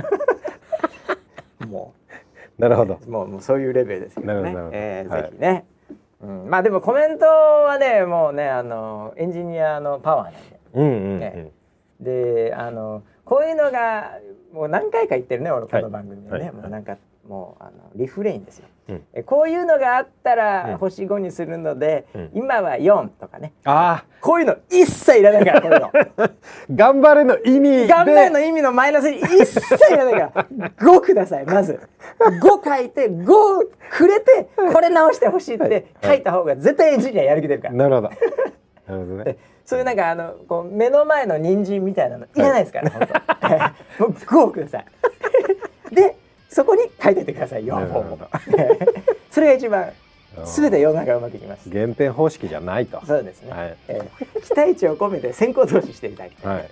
もうなるほどもう、もうそういうレベルですよね。なるほどなるほど、えーはい、ぜひね、うん、まあでもコメントはねもうねあのエンジニアのパワーなんで、 うんうんうんね、であのこういうのがもう何回か言ってるね俺この番組でね、はいはい、もうなんかもうあのリフレインですよ、うん、えこういうのがあったら星ごにするので、うん、今はよんとかねあこういうの一切いらないからこういうの頑張れの意味で頑張れの意味のマイナスに一切いらないからごくださいまずご書いてごくれてこれ直してほしいって書いた方が絶対エンジニアやる気出るからなるほどなるほどねそういうなんかあのこう目の前の人参みたいなのいらないですから、はい、本当もうごくださいでそこに書いててくださいよそれが一番全て世の中うまくいきます。 減点方式じゃないと。 そうですね、はいえー、期待値を込めて先行投資していただきたい、はいはい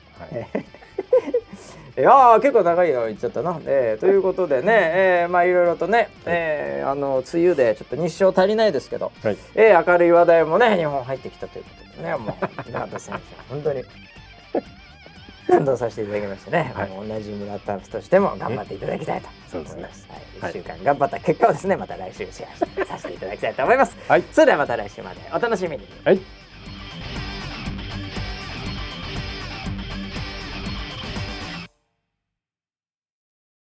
いや結構長いの言っちゃったな、えー、ということでね、えー、まあいろいろとね、えー、あの梅雨でちょっと日照足りないですけど、はいえー、明るい話題もね日本入ってきたということでねもう永田選手本当に感動させていただきましてね、はい、もう同じ村田としても頑張っていただきたいと思います。はい、いっしゅうかん頑張った結果をですねまた来週シェアさせていただきたいと思います。はい、それではまた来週までお楽しみに。 はい